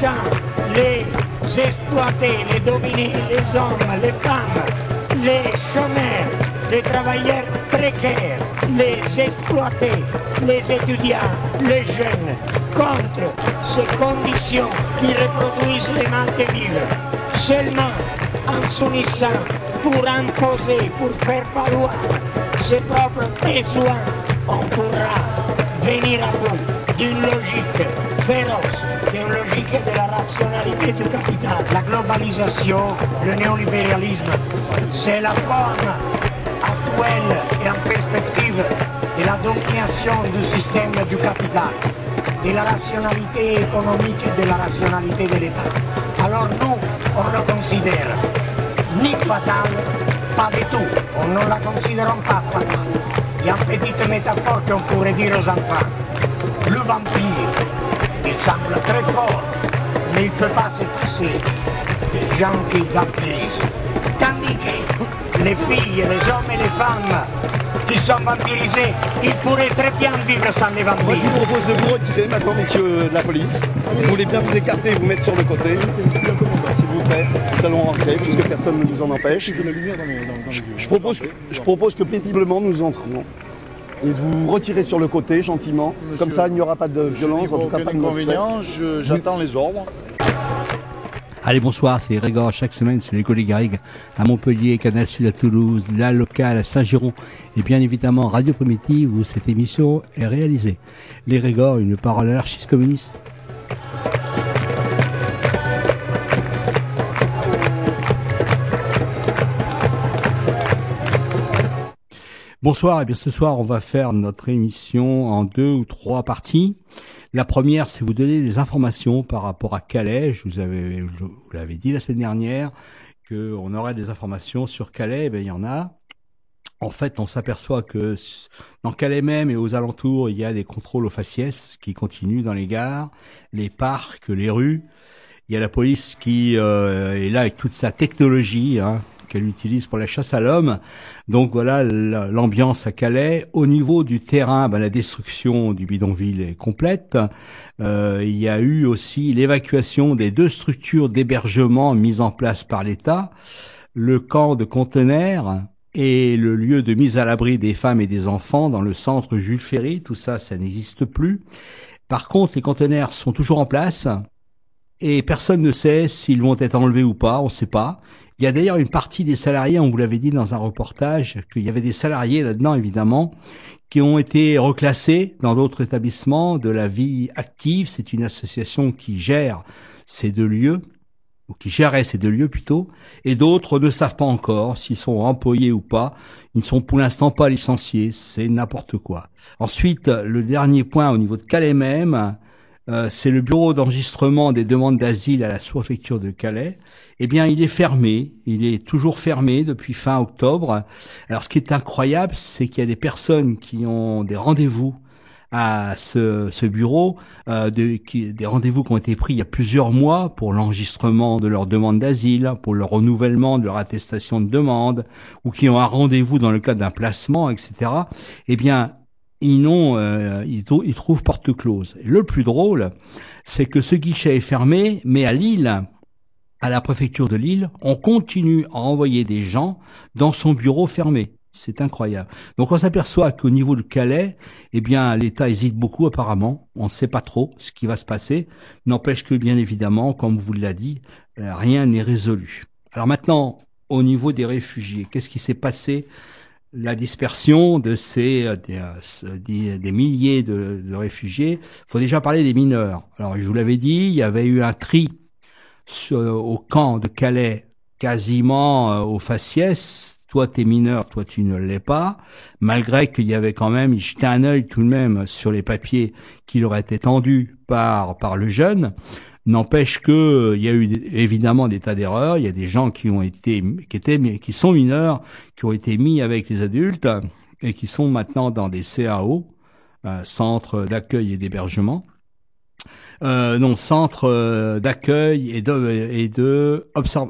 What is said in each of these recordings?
soumissions, les exploités, les dominés, les hommes, les femmes, les chômeurs, les travailleurs précaires, les exploités, les étudiants, les jeunes, contre ces conditions qui reproduisent les mal de vivre. Seulement en s'unissant pour imposer, pour faire valoir ses propres besoins, on pourra venir à bout d'une logique féroce, d'une logique de la rationalité du capital. La globalisation, le néolibéralisme, c'est la forme actuelle et en perspective de la domination du système du capital, de la rationalité économique et de la rationalité de l'État. Alors nous, on le considère ni fatal, pas du tout. On ne la considère pas fatale. Il y a une petite métaphore qu'on pourrait dire aux enfants. Le vampire, il semble très fort, mais il ne peut pas se passer des gens qui vampirisent. Tandis que les filles, les hommes et les femmes qui sont vampirisés, ils pourraient très bien vivre sans les vampires. Moi, je vous propose de vous retirer maintenant, messieurs de la police. Vous voulez bien vous écarter et vous mettre sur le côté, s'il vous plaît. Nous allons rentrer, puisque personne ne nous en empêche. Je propose que paisiblement nous entrions. Et de vous retirer sur le côté, gentiment. Monsieur, comme ça, il n'y aura pas de violence, en tout cas pas de inconvénient. J'attends les ordres. Allez, bonsoir, c'est Régor. Chaque semaine, c'est l'écho des Garrigues à Montpellier, Canal Sud à Toulouse, la locale à Saint-Giron et bien évidemment Radio Primitive où cette émission est réalisée. Les Régor, une parole anarchiste communiste. Bonsoir, et bien ce soir on va faire notre émission en 2 ou 3 parties. La première, c'est vous donner des informations par rapport à Calais. Je vous l'avais dit la semaine dernière qu'on aurait des informations sur Calais. Ben il y en a. En fait, on s'aperçoit que dans Calais même et aux alentours, il y a des contrôles aux faciès qui continuent dans les gares, les parcs, les rues. Il y a la police qui est là avec toute sa technologie, qu'elle utilise pour la chasse à l'homme. Donc voilà l'ambiance à Calais. Au niveau du terrain, la destruction du bidonville est complète. Il y a eu aussi l'évacuation des 2 structures d'hébergement mises en place par l'État, le camp de conteneurs et le lieu de mise à l'abri des femmes et des enfants dans le centre Jules Ferry. Tout ça, ça n'existe plus. Par contre, les conteneurs sont toujours en place et personne ne sait s'ils vont être enlevés ou pas, on ne sait pas. Il y a d'ailleurs une partie des salariés, on vous l'avait dit dans un reportage, qu'il y avait des salariés là-dedans, évidemment, qui ont été reclassés dans d'autres établissements de la vie active. C'est une association qui gère ces 2 lieux, ou qui gérait ces 2 lieux plutôt, et d'autres ne savent pas encore s'ils sont employés ou pas. Ils ne sont pour l'instant pas licenciés, c'est n'importe quoi. Ensuite, le dernier point au niveau de Calais même, c'est le bureau d'enregistrement des demandes d'asile à la sous-préfecture de Calais. Eh bien, il est fermé. Il est toujours fermé depuis fin octobre. Alors, ce qui est incroyable, c'est qu'il y a des personnes qui ont des rendez-vous à ce bureau, des rendez-vous qui ont été pris il y a plusieurs mois pour l'enregistrement de leur demande d'asile, pour le renouvellement de leur attestation de demande, ou qui ont un rendez-vous dans le cadre d'un placement, etc. Eh bien, ils trouvent porte close. Et le plus drôle, c'est que ce guichet est fermé, mais à Lille, à la préfecture de Lille, on continue à envoyer des gens dans son bureau fermé. C'est incroyable. Donc on s'aperçoit qu'au niveau de Calais, eh bien l'État hésite beaucoup apparemment. On ne sait pas trop ce qui va se passer. N'empêche que bien évidemment, comme vous l'a dit, rien n'est résolu. Alors maintenant, au niveau des réfugiés, qu'est-ce qui s'est passé? La dispersion de des milliers de réfugiés. Il faut déjà parler des mineurs. Alors, je vous l'avais dit, il y avait eu un tri au camp de Calais, quasiment au faciès. Toi, t'es mineur, toi, tu ne l'es pas. Malgré qu'il y avait quand même, il jetait un œil tout de même sur les papiers qui leur étaient tendus par le jeune. N'empêche que il y a eu évidemment des tas d'erreurs. Il y a des gens qui sont mineurs, qui ont été mis avec les adultes et qui sont maintenant dans des CAO, centres d'accueil et d'hébergement. Centre d'accueil et de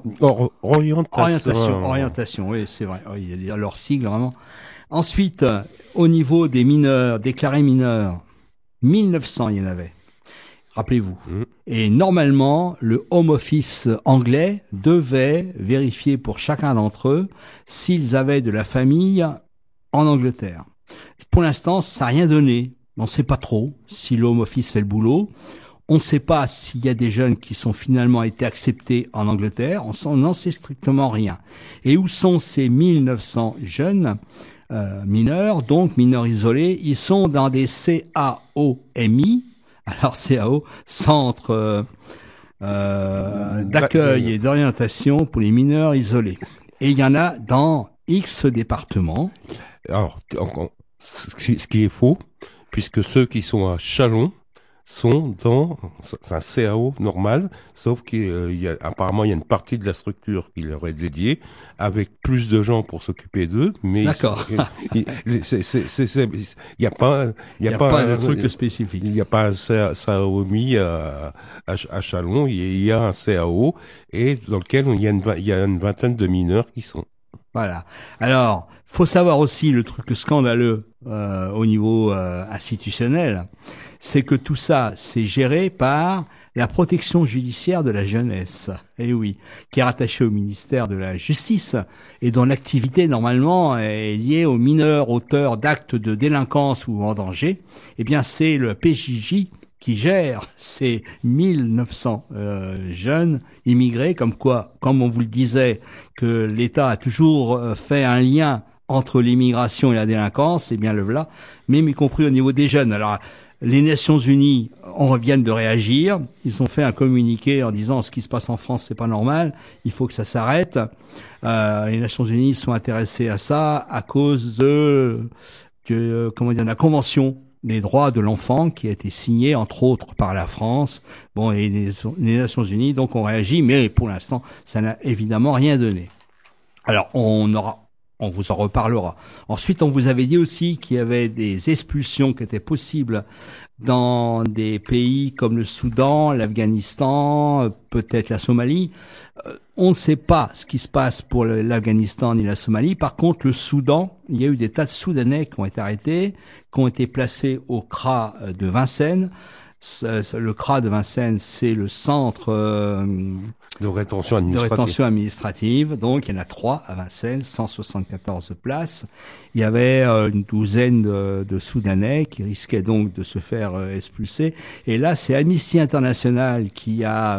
orientation. Oui, c'est vrai. Il y a leur sigle vraiment. Ensuite, au niveau des mineurs déclarés mineurs, 1900 il y en avait. rappelez-vous. Et normalement, le Home Office anglais devait vérifier pour chacun d'entre eux s'ils avaient de la famille en Angleterre. Pour l'instant, ça n'a rien donné. On ne sait pas trop si le Home Office fait le boulot. On ne sait pas s'il y a des jeunes qui sont finalement été acceptés en Angleterre. On n'en sait strictement rien. Et où sont ces 1900 jeunes mineurs, donc mineurs isolés? Ils sont dans des CAOMI. Alors CAO, Centre d'accueil et d'orientation pour les mineurs isolés. Et il y en a dans X départements. Alors, ce qui est faux, puisque ceux qui sont à Châlons sont dans un CAO normal, sauf apparemment il y a une partie de la structure qui leur est dédiée, avec plus de gens pour s'occuper d'eux, mais d'accord. Il y a pas un truc spécifique. Il n'y a pas un CAOMI à Châlons, il y a un CAO et dans lequel il y a une vingtaine de mineurs qui sont. Voilà. Alors, faut savoir aussi le truc scandaleux au niveau institutionnel, c'est que tout ça, c'est géré par la protection judiciaire de la jeunesse. Eh oui, qui est rattachée au ministère de la Justice et dont l'activité normalement est liée aux mineurs auteurs d'actes de délinquance ou en danger. Eh bien, c'est le PJJ qui gère ces 1900 jeunes immigrés, comme on vous le disait, que l'État a toujours fait un lien entre l'immigration et la délinquance, c'est bien le voilà, même y compris au niveau des jeunes. Alors, les Nations Unies viennent de réagir, ils ont fait un communiqué en disant ce qui se passe en France, c'est pas normal, il faut que ça s'arrête. Les Nations Unies sont intéressées à ça à cause de la Convention des droits de l'enfant qui a été signé entre autres par la France, et les Nations Unies donc ont réagi, mais pour l'instant ça n'a évidemment rien donné. Alors on vous en reparlera. Ensuite, on vous avait dit aussi qu'il y avait des expulsions qui étaient possibles dans des pays comme le Soudan, l'Afghanistan, peut-être la Somalie. On ne sait pas ce qui se passe pour l'Afghanistan ni la Somalie. Par contre, le Soudan, il y a eu des tas de Soudanais qui ont été arrêtés, qui ont été placés au CRA de Vincennes. Le CRA de Vincennes, c'est le centre de rétention administrative. Donc, il y en a 3 à Vincennes, 174 places. Il y avait une douzaine de Soudanais qui risquaient donc de se faire expulser. Et là, c'est Amnesty International qui a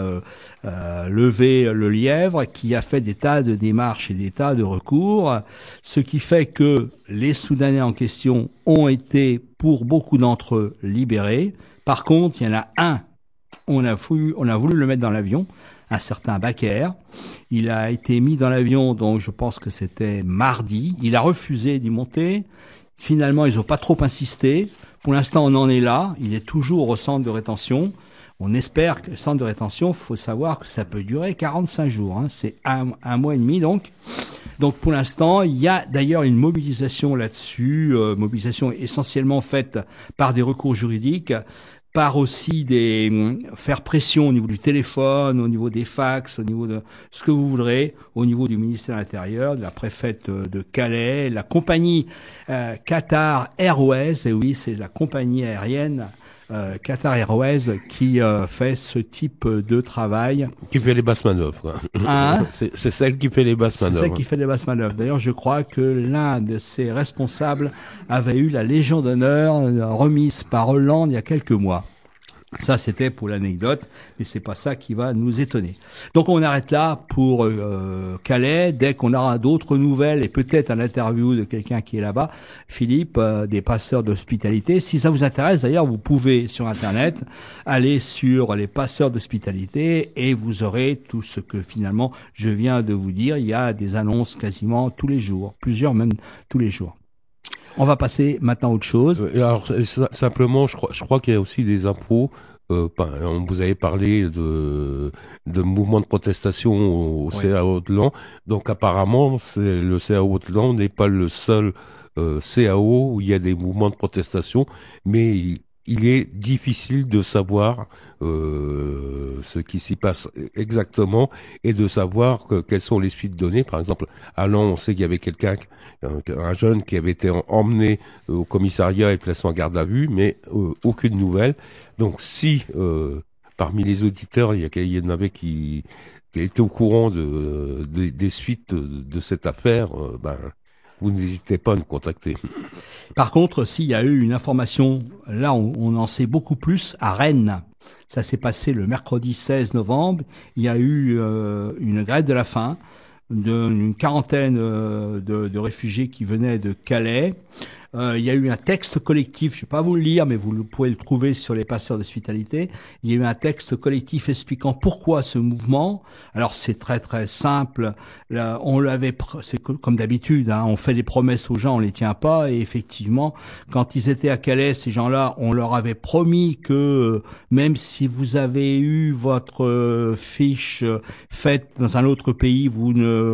levé le lièvre, qui a fait des tas de démarches et des tas de recours, ce qui fait que les Soudanais en question ont été, pour beaucoup d'entre eux, libérés. Par contre, il y en a un, on a voulu le mettre dans l'avion, un certain Baker. Il a été mis dans l'avion, donc je pense que c'était mardi. Il a refusé d'y monter. Finalement, ils n'ont pas trop insisté. Pour l'instant, on en est là. Il est toujours au centre de rétention. On espère que le centre de rétention, faut savoir que ça peut durer 45 jours. C'est un mois et demi, donc. Donc, pour l'instant, il y a d'ailleurs une mobilisation là-dessus, mobilisation essentiellement faite par des recours juridiques, par aussi faire pression au niveau du téléphone, au niveau des fax, au niveau de ce que vous voudrez, au niveau du ministère de l'Intérieur, de la préfète de Calais, la compagnie Qatar Airways, et oui, c'est la compagnie aérienne Qatar Airways qui fait ce type de travail. Qui fait les basses manœuvres, quoi. C'est celle qui fait les basses manœuvres. C'est celle qui fait les basses manœuvres. D'ailleurs, je crois que l'un de ses responsables avait eu la Légion d'honneur remise par Hollande il y a quelques mois. Ça, c'était pour l'anecdote, mais c'est pas ça qui va nous étonner. Donc, on arrête là pour Calais. Dès qu'on aura d'autres nouvelles et peut-être un interview de quelqu'un qui est là-bas, Philippe, des passeurs d'hospitalité. Si ça vous intéresse, d'ailleurs, vous pouvez sur Internet aller sur les passeurs d'hospitalité et vous aurez tout ce que finalement je viens de vous dire. Il y a des annonces quasiment tous les jours, plusieurs même tous les jours. On va passer maintenant à autre chose. Alors simplement, je crois qu'il y a aussi des infos. On vous avait parlé de mouvements de protestation au CAO de Laon. Donc apparemment, le CAO de Laon n'est pas le seul CAO où il y a des mouvements de protestation, mais il est difficile de savoir ce qui s'y passe exactement et de savoir quelles sont les suites données. Par exemple, à Lens, on sait qu'il y avait un jeune qui avait été emmené au commissariat et placé en garde à vue, mais aucune nouvelle. Donc si parmi les auditeurs, il y en avait qui étaient au courant des suites de cette affaire, vous n'hésitez pas à nous contacter. Par contre, s'il y a eu une information, là on en sait beaucoup plus à Rennes. Ça s'est passé le mercredi 16 novembre. Il y a eu une grève de la faim d'une quarantaine de réfugiés qui venaient de Calais. Il y a eu un texte collectif, je ne vais pas vous le lire, mais vous pouvez le trouver sur les passeurs d'hospitalité. Il y a eu un texte collectif expliquant pourquoi ce mouvement. Alors c'est très très simple. Là, c'est comme d'habitude, hein, on fait des promesses aux gens, on les tient pas. Et effectivement, quand ils étaient à Calais, ces gens-là, on leur avait promis que même si vous avez eu votre fiche faite dans un autre pays, vous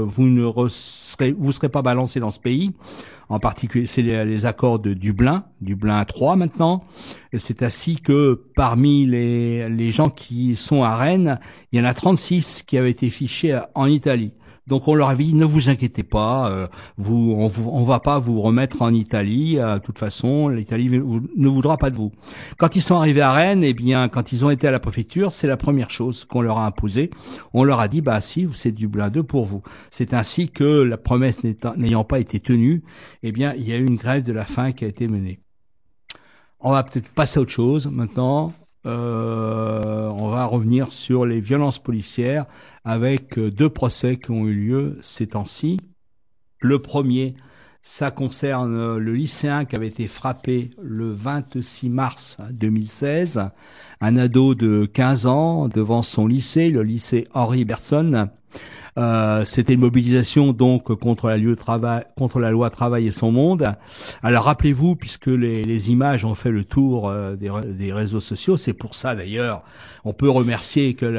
serez pas balancé dans ce pays. En particulier, c'est les accords de Dublin 3 maintenant. Et c'est ainsi que parmi les gens qui sont à Rennes, il y en a 36 qui avaient été fichés en Italie. Donc on leur avait dit ne vous inquiétez pas, on va pas vous remettre en Italie. De toute façon, l'Italie ne voudra pas de vous. Quand ils sont arrivés à Rennes, eh bien quand ils ont été à la préfecture, c'est la première chose qu'on leur a imposée. On leur a dit si c'est Dublin 2 pour vous. C'est ainsi que la promesse n'ayant pas été tenue, eh bien il y a eu une grève de la faim qui a été menée. On va peut-être passer à autre chose maintenant. On va revenir sur les violences policières avec 2 procès qui ont eu lieu ces temps-ci. Le premier, ça concerne le lycéen qui avait été frappé le 26 mars 2016, un ado de 15 ans devant son lycée, le lycée Henri Bergson. C'était une mobilisation donc contre la loi travail et son monde. Alors rappelez-vous, puisque les images ont fait le tour des réseaux sociaux, c'est pour ça d'ailleurs, on peut remercier que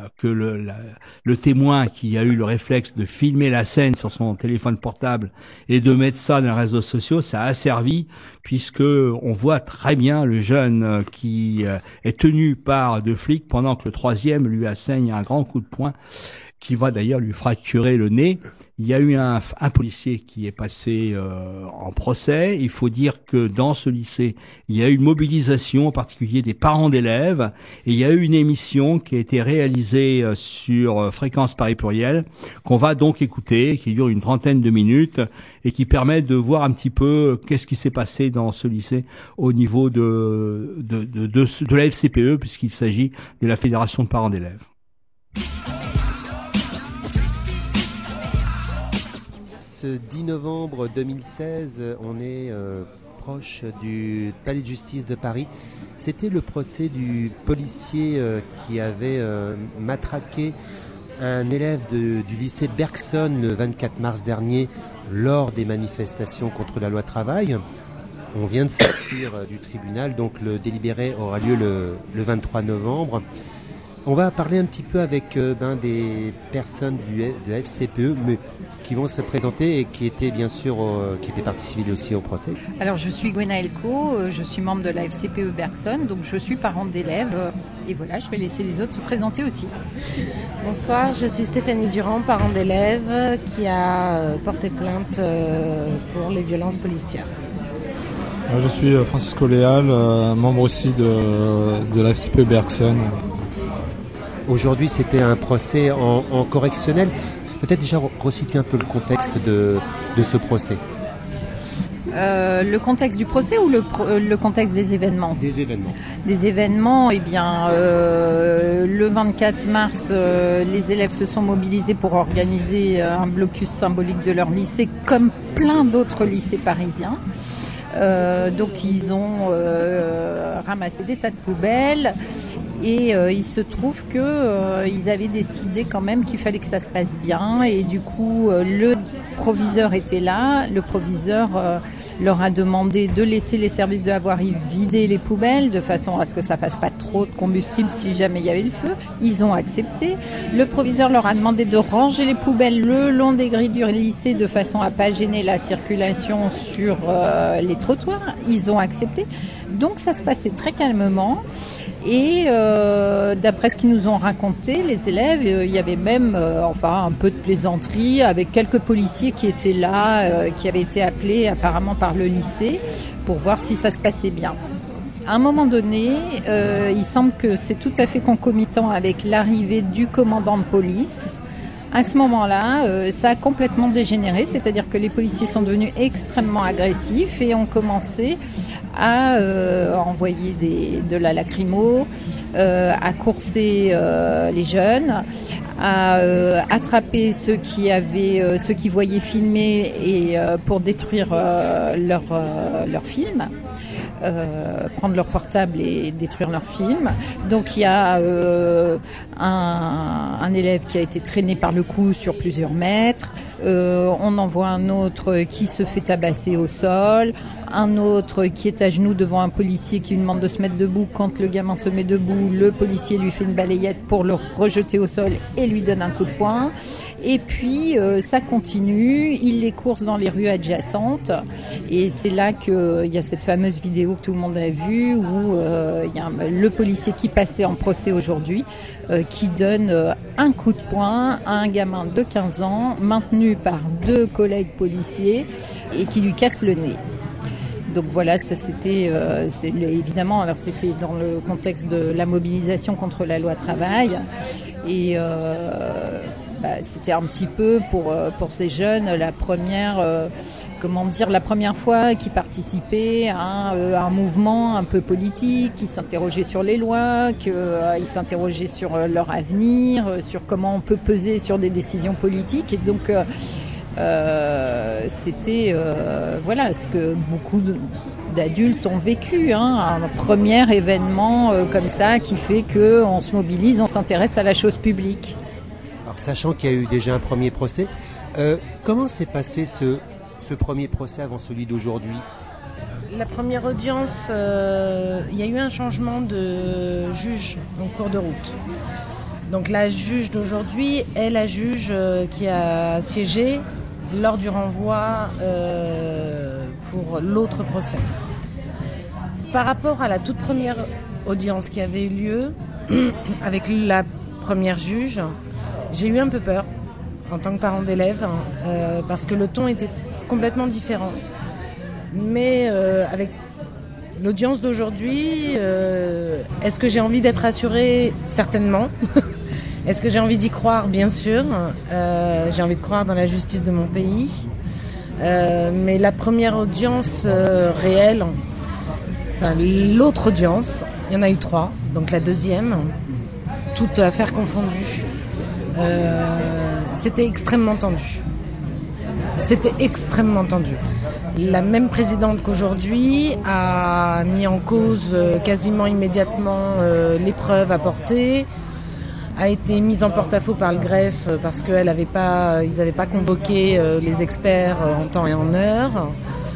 le témoin qui a eu le réflexe de filmer la scène sur son téléphone portable et de mettre ça dans les réseaux sociaux, ça a servi, puisque on voit très bien le jeune qui est tenu par 2 flics pendant que le troisième lui assène un grand coup de poing qui va d'ailleurs lui fracturer le nez. Il y a eu un policier qui est passé en procès. Il faut dire que dans ce lycée, il y a eu une mobilisation, en particulier des parents d'élèves, et il y a eu une émission qui a été réalisée sur Fréquence Paris Pluriel, qu'on va donc écouter, qui dure une trentaine de minutes, et qui permet de voir un petit peu qu'est-ce qui s'est passé dans ce lycée au niveau de la FCPE, puisqu'il s'agit de la Fédération de parents d'élèves. Ce 10 novembre 2016, on est proche du Palais de Justice de Paris. C'était le procès du policier qui avait matraqué un élève du lycée Bergson le 24 mars dernier lors des manifestations contre la loi travail. On vient de sortir du tribunal, donc le délibéré aura lieu le 23 novembre. On va parler un petit peu avec des personnes de FCPE, mais qui vont se présenter et qui étaient bien sûr qui étaient partie civile aussi au procès. Alors je suis Gwenaëlle Co, je suis membre de la FCPE Bergson, donc je suis parent d'élèves et voilà, je vais laisser les autres se présenter aussi. Bonsoir, je suis Stéphanie Durand, parent d'élève qui a porté plainte pour les violences policières. Je suis Francisco Léal, membre aussi de la FCPE Bergson. Aujourd'hui, c'était un procès en correctionnel. Peut-être déjà resituer un peu le contexte de ce procès. Le contexte du procès ou le contexte des événements ? Des événements. Des événements, eh bien, le 24 mars, les élèves se sont mobilisés pour organiser un blocus symbolique de leur lycée, comme plein d'autres lycées parisiens. Donc ils ont ramassé des tas de poubelles Et il se trouve que ils avaient décidé quand même qu'il fallait que ça se passe bien. Et du coup, le proviseur était là. Le proviseur leur a demandé de laisser les services de la voirie vider les poubelles de façon à ce que ça fasse pas trop de combustible si jamais il y avait le feu. Ils ont accepté. Le proviseur leur a demandé de ranger les poubelles le long des grilles du lycée de façon à pas gêner la circulation sur les trottoirs. Ils ont accepté. Donc ça se passait très calmement. Et d'après ce qu'ils nous ont raconté, les élèves, il y avait même un peu de plaisanterie avec quelques policiers qui étaient là, qui avaient été appelés apparemment par le lycée pour voir si ça se passait bien. À un moment donné, il semble que c'est tout à fait concomitant avec l'arrivée du commandant de police. À ce moment-là, ça a complètement dégénéré, c'est-à-dire que les policiers sont devenus extrêmement agressifs et ont commencé à envoyer de la lacrymo, à courser les jeunes, à attraper ceux qui voyaient filmer et pour détruire leur film. Prendre leur portable et détruire leur film. Donc il y a un élève qui a été traîné par le cou sur plusieurs mètres. On en voit un autre qui se fait tabasser au sol. Un autre qui est à genoux devant un policier qui lui demande de se mettre debout. Quand le gamin se met debout, le policier lui fait une balayette pour le rejeter au sol et lui donne un coup de poing. Et puis ça continue, il les course dans les rues adjacentes et c'est là qu'il y a cette fameuse vidéo que tout le monde a vue où il y a le policier qui passait en procès aujourd'hui qui donne un coup de poing à un gamin de 15 ans maintenu par 2 collègues policiers et qui lui casse le nez. Donc voilà, ça c'était évidemment, alors c'était dans le contexte de la mobilisation contre la loi travail et c'était un petit peu pour ces jeunes la première fois qu'ils participaient à un mouvement un peu politique, qui s'interrogeaient sur les lois, qu'ils s'interrogeaient sur leur avenir, sur comment on peut peser sur des décisions politiques. Et donc c'était ce que beaucoup d'adultes ont vécu, un premier événement comme ça qui fait qu'on se mobilise, on s'intéresse à la chose publique. Alors, sachant qu'il y a eu déjà un premier procès, comment s'est passé ce premier procès avant celui d'aujourd'hui ? La première audience, il y a eu un changement de juge en cours de route. Donc la juge d'aujourd'hui est la juge qui a siégé lors du renvoi pour l'autre procès. Par rapport à la toute première audience qui avait eu lieu avec la première juge, j'ai eu un peu peur en tant que parent d'élève parce que le ton était complètement différent. Mais avec l'audience d'aujourd'hui, est-ce que j'ai envie d'être rassurée ? Certainement. Est-ce que j'ai envie d'y croire ? Bien sûr. J'ai envie de croire dans la justice de mon pays. Mais la première audience réelle, enfin l'autre audience, il y en a eu 3, donc la deuxième, toute affaire confondue. C'était extrêmement tendu. La même présidente qu'aujourd'hui a mis en cause quasiment immédiatement les preuves apportées, a été mise en porte-à-faux par le greffe parce qu'ils n'avaient pas convoqué les experts en temps et en heure.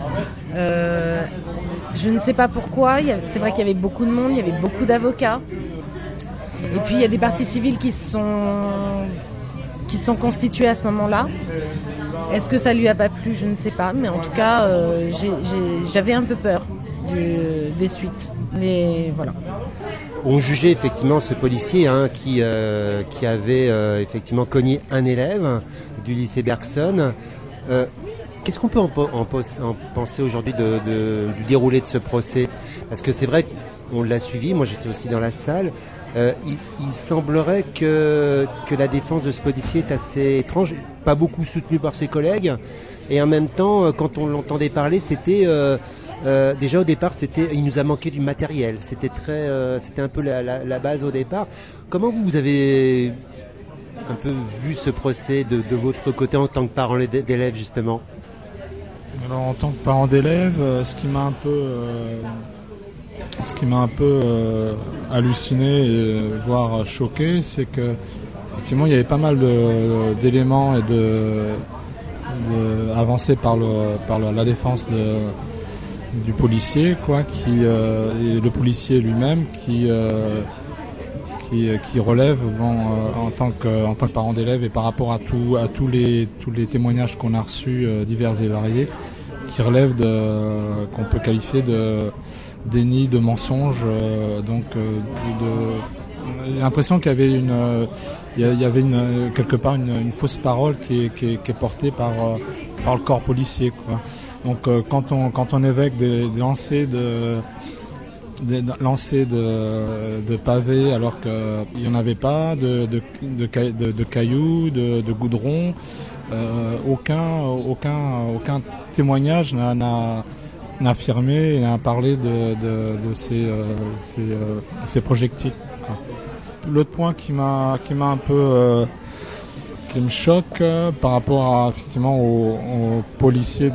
Je ne sais pas pourquoi, c'est vrai qu'il y avait beaucoup de monde, il y avait beaucoup d'avocats. Et puis il y a des parties civiles qui sont constituées à ce moment-là. Est-ce que ça lui a pas plu ? Je ne sais pas, mais en tout cas, j'avais un peu peur des suites. Mais voilà. On jugeait effectivement ce policier qui avait effectivement cogné un élève du lycée Bergson. Qu'est-ce qu'on peut en penser aujourd'hui du déroulé de ce procès ? Parce que c'est vrai qu'on l'a suivi, moi j'étais aussi dans la salle. Il semblerait que la défense de ce policier est assez étrange, pas beaucoup soutenue par ses collègues, et en même temps, quand on l'entendait parler, c'était déjà au départ, il nous a manqué du matériel. C'était un peu la base au départ. Comment vous avez un peu vu ce procès de votre côté en tant que parent d'élève justement ? Alors en tant que parent d'élève, ce qui m'a un peu ce qui m'a un peu halluciné et voire choqué, c'est que effectivement il y avait pas mal d'éléments et avancés par la défense du policier, quoi, et le policier lui-même qui relève en tant que parent d'élève et par rapport à tous les témoignages qu'on a reçus divers et variés, qui relèvent qu'on peut qualifier de déni, de mensonge, j'ai l'impression qu'il y avait quelque part une fausse parole qui est portée par le corps policier, quoi. Donc quand on évoque des lancers de pavés alors qu'il n'y en avait pas, de cailloux, de goudron, aucun témoignage n'a affirmé et n'a parlé de ces projectiles, quoi. L'autre point qui me choque par rapport effectivement aux policiers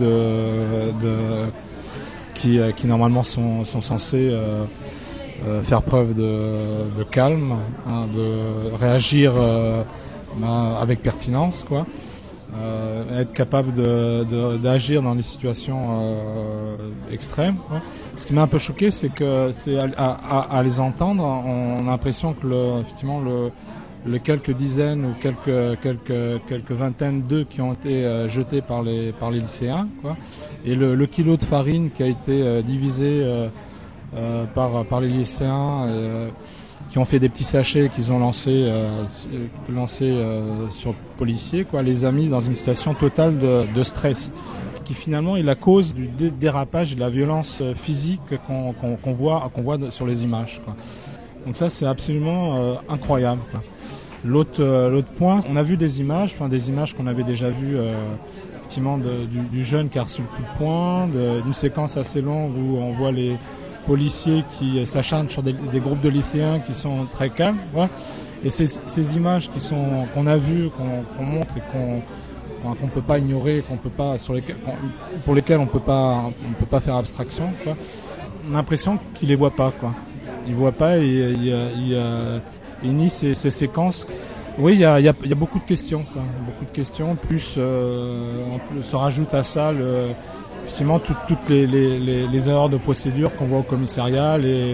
qui normalement sont censés faire preuve de calme, hein, de réagir avec pertinence, quoi. Être capable d'agir dans des situations extrêmes, quoi. Ce qui m'a un peu choqué, c'est que à les entendre, on a l'impression que effectivement les quelques dizaines ou quelques vingtaines d'œufs qui ont été jetés par les lycéens, quoi, et le kilo de farine qui a été divisé par les lycéens, qui ont fait des petits sachets qu'ils ont lancés sur le policier, quoi, les a mis dans une situation totale de stress, qui finalement est la cause du dérapage et de la violence physique qu'on voit sur les images, quoi. Donc ça, c'est absolument incroyable, quoi. L'autre point, on a vu des images qu'on avait déjà vues effectivement du jeune qui a reçu le coup de poing, d'une séquence assez longue où on voit les policiers qui s'acharnent sur des groupes de lycéens qui sont très calmes, ouais. Et ces images qu'on a vues, qu'on montre et qu'on peut pas ignorer, pour lesquelles on peut pas faire abstraction, quoi. On a l'impression qu'ils les voient pas, quoi. Ils voient pas et il nie ces séquences. Oui, il y a beaucoup de questions, quoi. Beaucoup de questions. Plus on se rajoute à ça effectivement toutes les erreurs de procédure qu'on voit au commissariat, les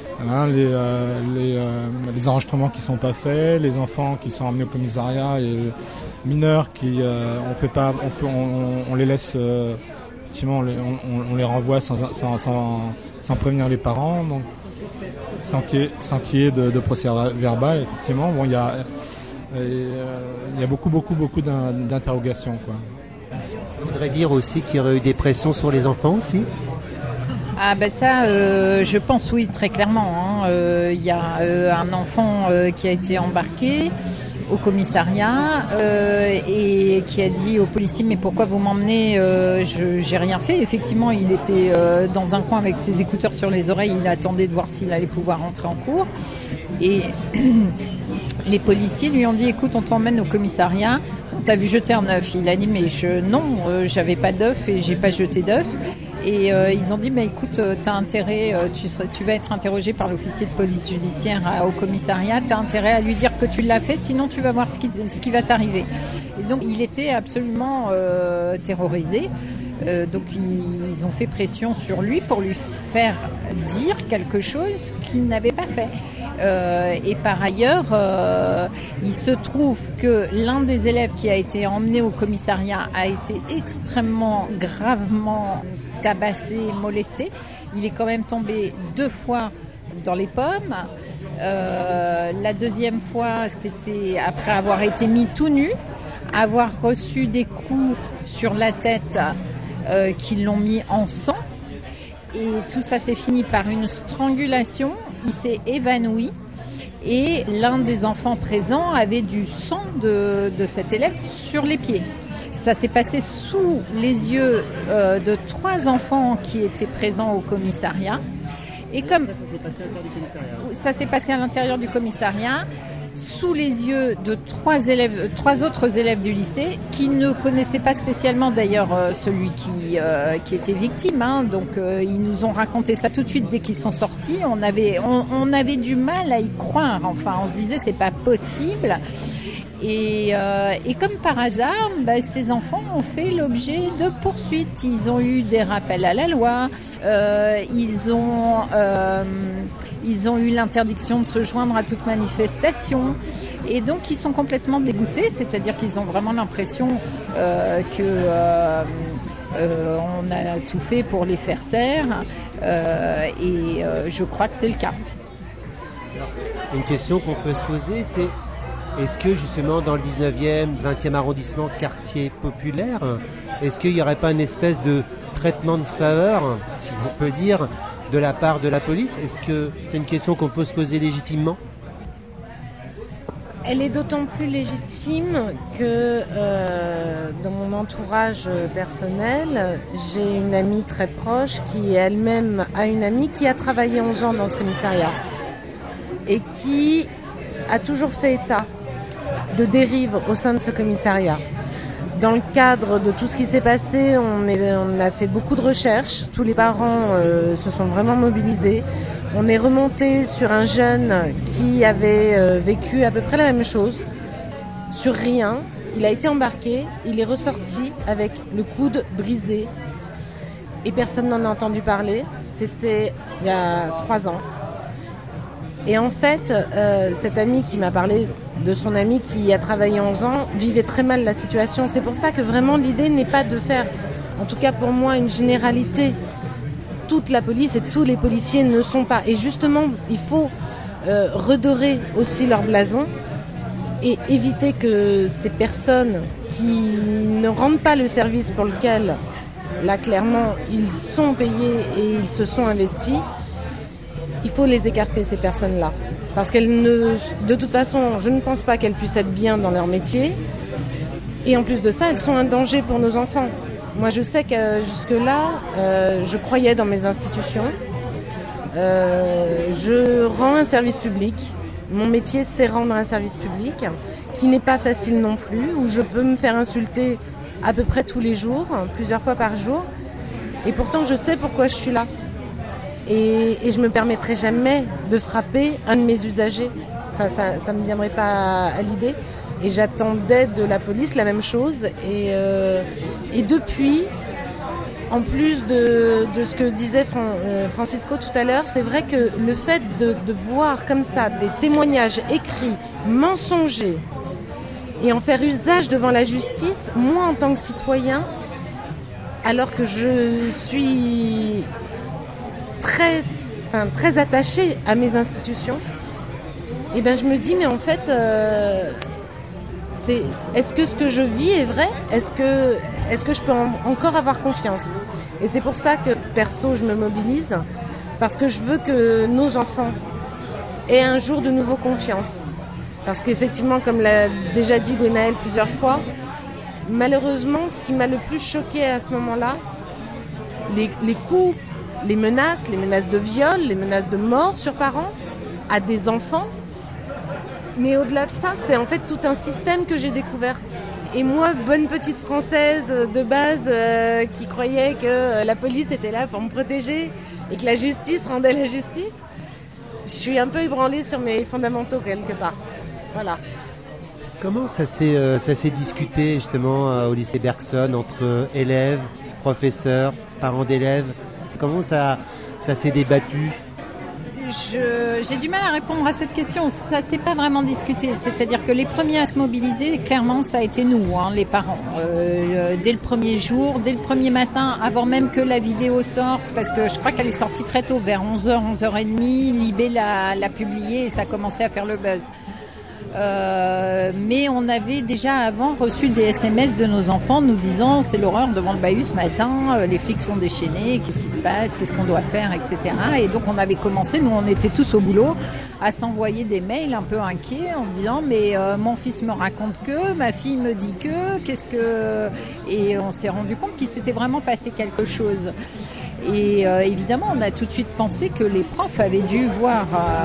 enregistrements qui sont pas faits, les enfants qui sont emmenés au commissariat et les mineurs qui on les laisse effectivement on les renvoie sans prévenir les parents, donc sans qu'il y ait de procès verbal, effectivement. Bon, il y a beaucoup d'interrogations, quoi. Ça voudrait dire aussi qu'il y aurait eu des pressions sur les enfants aussi ? Ah ben ça, je pense oui, très clairement, hein. Il y a un enfant qui a été embarqué au commissariat et qui a dit au policier mais pourquoi vous m'emmenez, j'ai rien fait. Effectivement, il était dans un coin avec ses écouteurs sur les oreilles, il attendait de voir s'il allait pouvoir rentrer en cours et les policiers lui ont dit écoute, on t'emmène au commissariat, on t'a vu jeter un œuf. Il a dit mais non, j'avais pas d'œuf et j'ai pas jeté d'œuf. Et ils ont dit mais écoute, t'as intérêt, tu vas être interrogé par l'officier de police judiciaire au commissariat, t'as intérêt à lui dire que tu l'as fait, sinon tu vas voir ce qui va t'arriver. Et donc il était absolument terrorisé. Donc ils ont fait pression sur lui pour lui faire dire quelque chose qu'il n'avait pas fait. Et par ailleurs, il se trouve que l'un des élèves qui a été emmené au commissariat a été extrêmement gravement tabassé, molesté. Il est quand même tombé 2 fois dans les pommes. La deuxième fois, c'était après avoir été mis tout nu, avoir reçu des coups sur la tête qui l'ont mis en sang. Et tout ça s'est fini par une strangulation. Il s'est évanoui. Et l'un des enfants présents avait du sang de cet élève sur les pieds. Ça s'est passé sous les yeux de 3 enfants qui étaient présents au commissariat. Et comme ça s'est passé à l'intérieur du commissariat. Ça s'est passé à l'intérieur du commissariat. sous les yeux de trois autres élèves du lycée qui ne connaissaient pas spécialement d'ailleurs celui qui était victime. Hein. Donc ils nous ont raconté ça tout de suite dès qu'ils sont sortis. On avait du mal à y croire. Enfin, on se disait c'est pas possible. Et comme par hasard, ces enfants ont fait l'objet de poursuites. Ils ont eu des rappels à la loi. Ils ont eu l'interdiction de se joindre à toute manifestation. Et donc, ils sont complètement dégoûtés. C'est-à-dire qu'ils ont vraiment l'impression qu'on a tout fait pour les faire taire. Et je crois que c'est le cas. Une question qu'on peut se poser, c'est est-ce que justement dans le 19e, 20e arrondissement, quartier populaire, est-ce qu'il n'y aurait pas une espèce de traitement de faveur, si on peut dire, de la part de la police? Est-ce que c'est une question qu'on peut se poser légitimement? Elle est d'autant plus légitime que dans mon entourage personnel, j'ai une amie très proche qui elle-même a une amie qui a travaillé 11 ans dans ce commissariat et qui a toujours fait état de dérive au sein de ce commissariat. Dans le cadre de tout ce qui s'est passé, on a fait beaucoup de recherches. Tous les parents se sont vraiment mobilisés. On est remonté sur un jeune qui avait vécu à peu près la même chose, sur rien. Il a été embarqué, il est ressorti avec le coude brisé et personne n'en a entendu parler. C'était il y a 3 ans. Et en fait, cette amie qui m'a parlé de son ami qui a travaillé 11 ans vivait très mal la situation. C'est pour ça que vraiment l'idée n'est pas de faire, en tout cas pour moi, une généralité. Toute la police et tous les policiers ne sont pas. Et justement, il faut redorer aussi leur blason et éviter que ces personnes qui ne rendent pas le service pour lequel, là clairement, ils sont payés et ils se sont investis, il faut les écarter, ces personnes-là. Parce de toute façon, je ne pense pas qu'elles puissent être bien dans leur métier. Et en plus de ça, elles sont un danger pour nos enfants. Moi, je sais que jusque-là, je croyais dans mes institutions. Je rends un service public. Mon métier, c'est rendre un service public, qui n'est pas facile non plus, où je peux me faire insulter à peu près tous les jours, plusieurs fois par jour. Et pourtant, je sais pourquoi je suis là. Et je ne me permettrai jamais de frapper un de mes usagers. Enfin, ça ne me viendrait pas à l'idée. Et j'attendais de la police la même chose. Et depuis, en plus de ce que disait Francisco tout à l'heure, c'est vrai que le fait de voir comme ça des témoignages écrits, mensongers, et en faire usage devant la justice, moi en tant que citoyen, alors que je suis très attachée à mes institutions, et ben je me dis mais en fait est-ce que ce que je vis est vrai? Est-ce que je peux encore avoir confiance? Et c'est pour ça que perso je me mobilise, parce que je veux que nos enfants aient un jour de nouveau confiance, parce qu'effectivement, comme l'a déjà dit Gwenaëlle plusieurs fois, malheureusement ce qui m'a le plus choqué à ce moment-là, les coups, les menaces de viol, les menaces de mort sur parents à des enfants. Mais au-delà de ça, c'est en fait tout un système que j'ai découvert. Et moi, bonne petite Française de base qui croyait que la police était là pour me protéger et que la justice rendait la justice, je suis un peu ébranlée sur mes fondamentaux quelque part. Voilà. Comment ça s'est discuté justement au lycée Bergson entre élèves, professeurs, parents d'élèves? Comment ça s'est débattu? J'ai du mal à répondre à cette question. Ça s'est pas vraiment discuté. C'est-à-dire que les premiers à se mobiliser, clairement, ça a été nous, les parents. Dès le premier jour, dès le premier matin, avant même que la vidéo sorte, parce que je crois qu'elle est sortie très tôt, vers 11h, 11h30, Libé l'a publiée et ça a commencé à faire le buzz. Mais on avait déjà avant reçu des SMS de nos enfants nous disant c'est l'horreur devant le bahut ce matin, les flics sont déchaînés, qu'est-ce qui se passe, qu'est-ce qu'on doit faire, etc. Et donc on avait commencé, nous on était tous au boulot, à s'envoyer des mails un peu inquiets en disant mais mon fils me raconte que, ma fille me dit que, et on s'est rendu compte qu'il s'était vraiment passé quelque chose. Et évidemment, on a tout de suite pensé que les profs avaient dû voir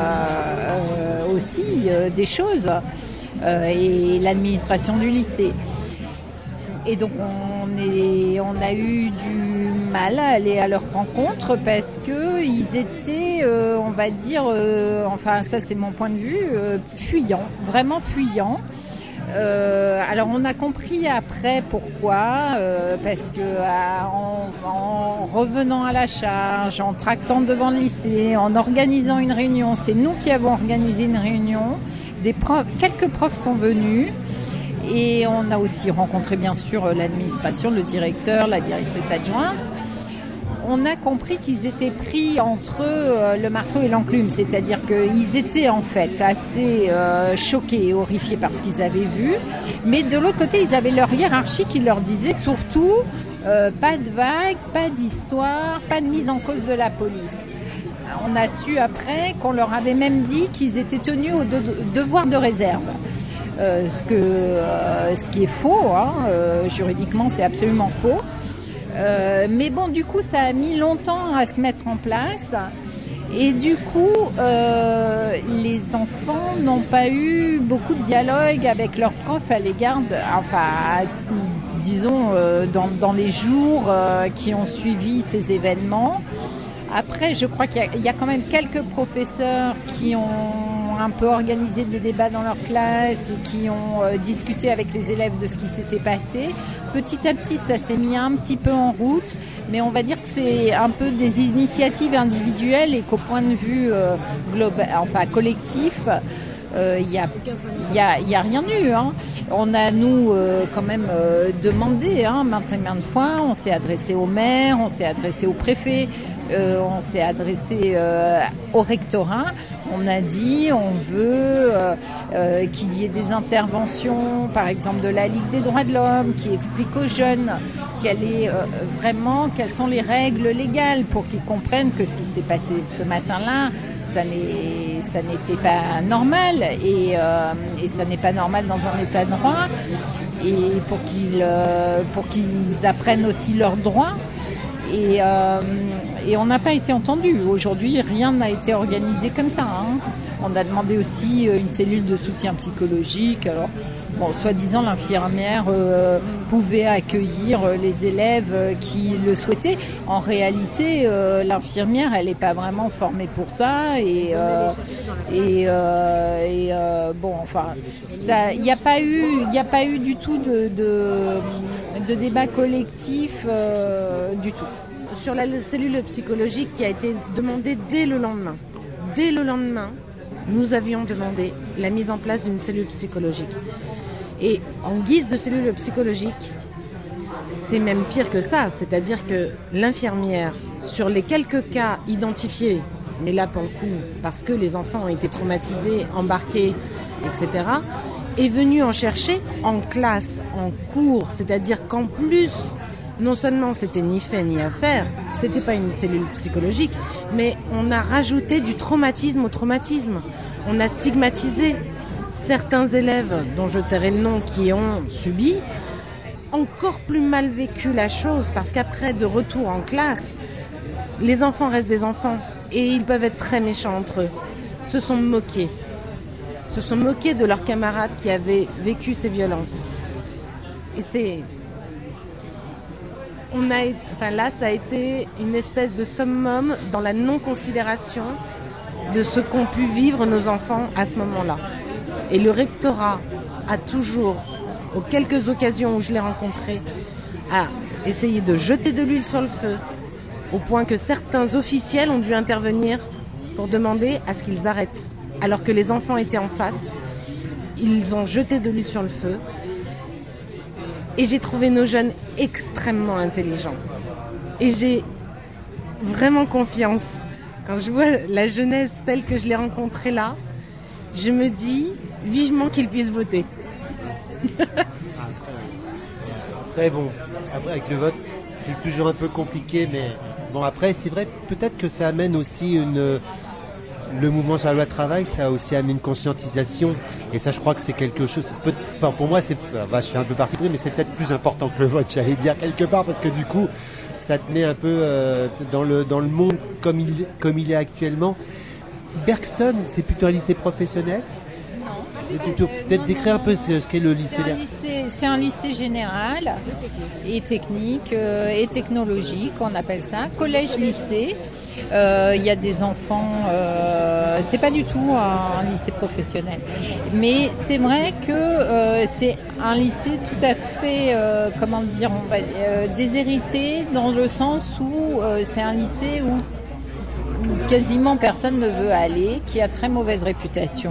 aussi des choses et l'administration du lycée. Et donc on a eu du mal à aller à leur rencontre parce que ils étaient, on va dire, enfin ça c'est mon point de vue, fuyants, vraiment fuyants. Alors on a compris après pourquoi, parce que en revenant à la charge, en tractant devant le lycée, en organisant une réunion, c'est nous qui avons organisé une réunion, quelques profs sont venus. Et on a aussi rencontré bien sûr l'administration, le directeur, la directrice adjointe. On a compris qu'ils étaient pris entre le marteau et l'enclume, c'est-à-dire qu'ils étaient en fait assez choqués et horrifiés par ce qu'ils avaient vu. Mais de l'autre côté, ils avaient leur hiérarchie qui leur disait surtout pas de vagues, pas d'histoire, pas de mise en cause de la police. On a su après qu'on leur avait même dit qu'ils étaient tenus au devoir de réserve. Ce qui est faux, hein, juridiquement c'est absolument faux. Mais bon, du coup ça a mis longtemps à se mettre en place et du coup les enfants n'ont pas eu beaucoup de dialogue avec leurs profs à l'égard disons dans les jours qui ont suivi ces événements. Après, je crois qu'il y a quand même quelques professeurs qui ont un peu organisé des débats dans leur classe et qui ont discuté avec les élèves de ce qui s'était passé. Petit à petit, ça s'est mis un petit peu en route, mais on va dire que c'est un peu des initiatives individuelles et qu'au point de vue global, enfin collectif, il y a rien eu. Hein. On a nous quand même demandé maintes et maintes fois. On s'est adressé au maire, on s'est adressé au préfet. On s'est adressé au rectorat, on a dit on veut qu'il y ait des interventions, par exemple de la Ligue des droits de l'homme, qui explique aux jeunes quelles sont les règles légales pour qu'ils comprennent que ce qui s'est passé ce matin-là, ça n'était pas normal et ça n'est pas normal dans un état de droit, et pour qu'ils apprennent aussi leurs droits. Et on n'a pas été entendu. Aujourd'hui, rien n'a été organisé comme ça. Hein. On a demandé aussi une cellule de soutien psychologique. Alors, bon, soi-disant, l'infirmière pouvait accueillir les élèves qui le souhaitaient. En réalité, l'infirmière, elle n'est pas vraiment formée pour ça. Bon, enfin, il n'y a pas eu du tout de débat collectif du tout. Sur la cellule psychologique qui a été demandée dès le lendemain. Dès le lendemain, nous avions demandé la mise en place d'une cellule psychologique. Et en guise de cellule psychologique, c'est même pire que ça. C'est-à-dire que l'infirmière, sur les quelques cas identifiés, mais là pour le coup, parce que les enfants ont été traumatisés, embarqués, etc., est venue en chercher en classe, en cours. C'est-à-dire qu'en plus, non seulement c'était ni fait ni à faire, c'était pas une cellule psychologique, mais on a rajouté du traumatisme au traumatisme. On a stigmatisé certains élèves, dont je tairai le nom, qui ont subi, encore plus mal vécu la chose, parce qu'après, de retour en classe, les enfants restent des enfants, et ils peuvent être très méchants entre eux. Se sont moqués de leurs camarades qui avaient vécu ces violences. Et là, ça a été une espèce de summum dans la non-considération de ce qu'ont pu vivre nos enfants à ce moment-là. Et le rectorat a toujours, aux quelques occasions où je l'ai rencontré, a essayé de jeter de l'huile sur le feu, au point que certains officiels ont dû intervenir pour demander à ce qu'ils arrêtent. Alors que les enfants étaient en face, ils ont jeté de l'huile sur le feu. Et j'ai trouvé nos jeunes extrêmement intelligents. Et j'ai vraiment confiance. Quand je vois la jeunesse telle que je l'ai rencontrée là, je me dis vivement qu'ils puissent voter. Après, bon, avec le vote, c'est toujours un peu compliqué, mais bon, après, c'est vrai, peut-être que ça amène aussi le mouvement sur la loi travail, ça a aussi amené une conscientisation, et ça, je crois que c'est quelque chose. Pour moi, je suis un peu parti pris, mais c'est peut-être plus important que le vote, j'allais dire quelque part, parce que du coup, ça te met un peu dans le monde comme il est actuellement. Bergson, c'est plutôt un lycée professionnel? Peut-être décrire un peu ce qu'est le lycée. C'est un lycée général et technique et technologique, on appelle ça, collège-lycée. Il y a des enfants, c'est pas du tout un lycée professionnel, mais c'est vrai que c'est un lycée tout à fait, déshérité, dans le sens où c'est un lycée où quasiment personne ne veut aller, qui a très mauvaise réputation.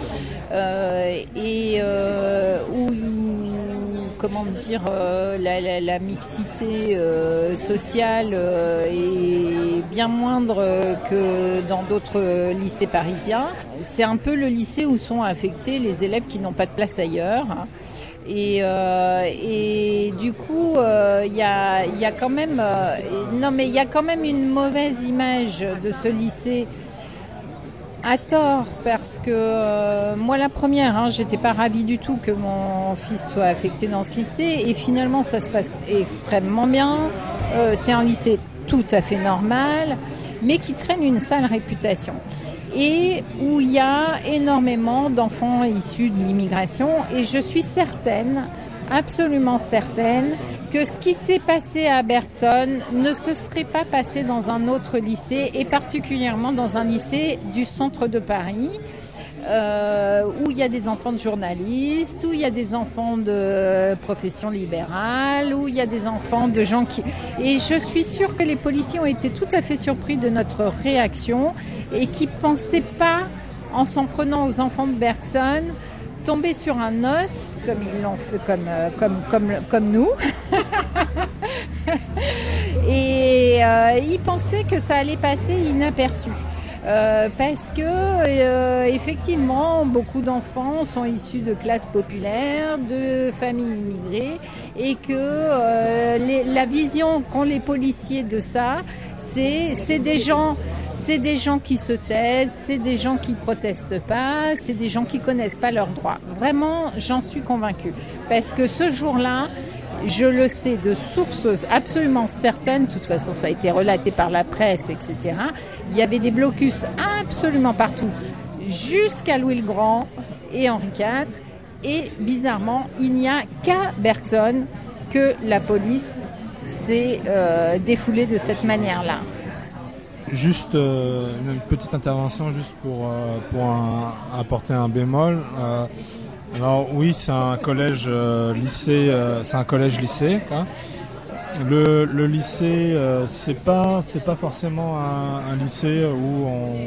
La mixité sociale est bien moindre que dans d'autres lycées parisiens. C'est un peu le lycée où sont affectés les élèves qui n'ont pas de place ailleurs. Et du coup, il y a quand même, il y a quand même une mauvaise image de ce lycée. À tort, parce que moi la première, j'étais pas ravie du tout que mon fils soit affecté dans ce lycée, et finalement ça se passe extrêmement bien. C'est un lycée tout à fait normal, mais qui traîne une sale réputation, et où il y a énormément d'enfants issus de l'immigration, et je suis certaine, absolument certaine, que ce qui s'est passé à Bergson ne se serait pas passé dans un autre lycée, et particulièrement dans un lycée du centre de Paris, où il y a des enfants de journalistes, où il y a des enfants de profession libérale, où il y a des enfants de gens qui... Et je suis sûre que les policiers ont été tout à fait surpris de notre réaction, et qui ne pensaient pas, en s'en prenant aux enfants de Bergson, tomber sur un os, comme ils l'ont fait, comme nous. Et ils pensaient que ça allait passer inaperçu. Parce que effectivement, beaucoup d'enfants sont issus de classes populaires, de familles immigrées, et que la vision qu'ont les policiers de ça, c'est des gens qui se taisent, c'est des gens qui protestent pas, c'est des gens qui connaissent pas leurs droits. Vraiment, j'en suis convaincue. Parce que ce jour-là, je le sais de sources absolument certaines, de toute façon ça a été relaté par la presse, etc. Il y avait des blocus absolument partout, jusqu'à Louis le Grand et Henri IV. Et bizarrement, il n'y a qu'à Bergson que la police s'est défoulée de cette manière-là. Juste une petite intervention juste pour apporter un bémol. Alors oui, c'est un collège lycée, c'est un collège lycée, quoi. Le lycée, c'est pas forcément un lycée où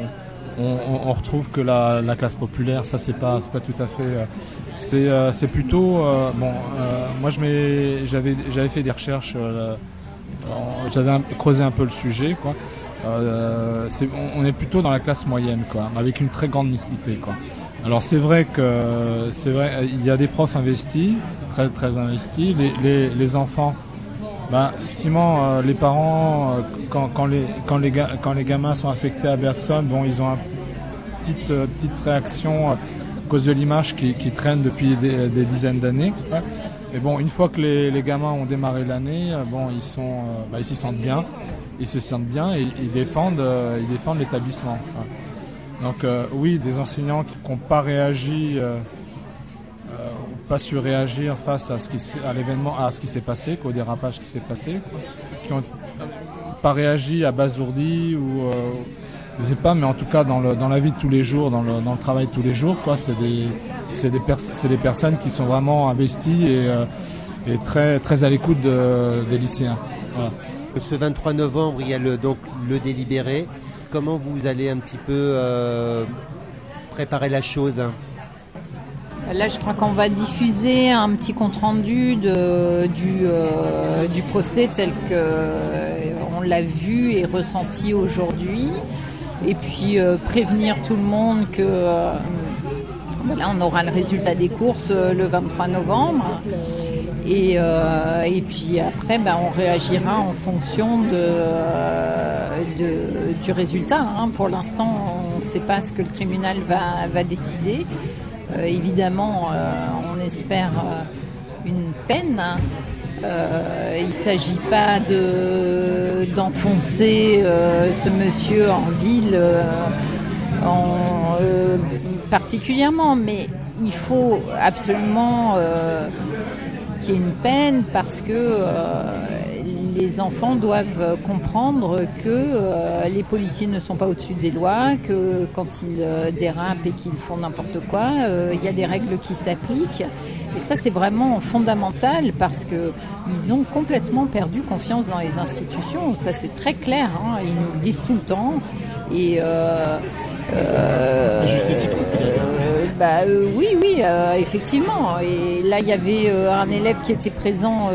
on retrouve que la classe populaire. Ça, c'est pas tout à fait. C'est plutôt moi j'avais fait des recherches, j'avais creusé un peu le sujet, quoi. On est plutôt dans la classe moyenne, quoi, avec une très grande mixité, quoi. Alors c'est vrai, il y a des profs investis, très très investis. Les enfants, effectivement, les parents, quand les gamins sont affectés à Bergson, ils ont une petite réaction à cause de l'image qui traîne depuis des dizaines d'années. Mais bon, une fois que les gamins ont démarré l'année, ils s'y sentent bien. Ils se sentent bien et ils défendent l'établissement. Donc oui, des enseignants qui n'ont pas réagi, pas su réagir face à l'événement, à ce qui s'est passé, au dérapage qui s'est passé, qui n'ont pas réagi abasourdis ou je sais pas, mais en tout cas dans la vie de tous les jours, dans le travail de tous les jours, quoi. C'est des personnes qui sont vraiment investies et très très à l'écoute des lycéens. Voilà. Ce 23 novembre, il y a le délibéré. Comment vous allez un petit peu préparer la chose? Là, je crois qu'on va diffuser un petit compte-rendu du procès tel qu'on l'a vu et ressenti aujourd'hui. Et puis prévenir tout le monde que là, on aura le résultat des courses le 23 novembre. Et puis après, on réagira en fonction du résultat. Pour l'instant, on ne sait pas ce que le tribunal va décider. Évidemment, on espère une peine Il ne s'agit pas d'enfoncer ce monsieur en ville particulièrement, mais il faut absolument qu'il y ait une peine parce que les enfants doivent comprendre que les policiers ne sont pas au-dessus des lois, que quand ils dérapent et qu'ils font n'importe quoi, il y a des règles qui s'appliquent. Et ça, c'est vraiment fondamental parce qu'ils ont complètement perdu confiance dans les institutions. Ça, c'est très clair. Hein. Ils nous le disent tout le temps. Et oui, effectivement. Et là, il y avait un élève qui était présent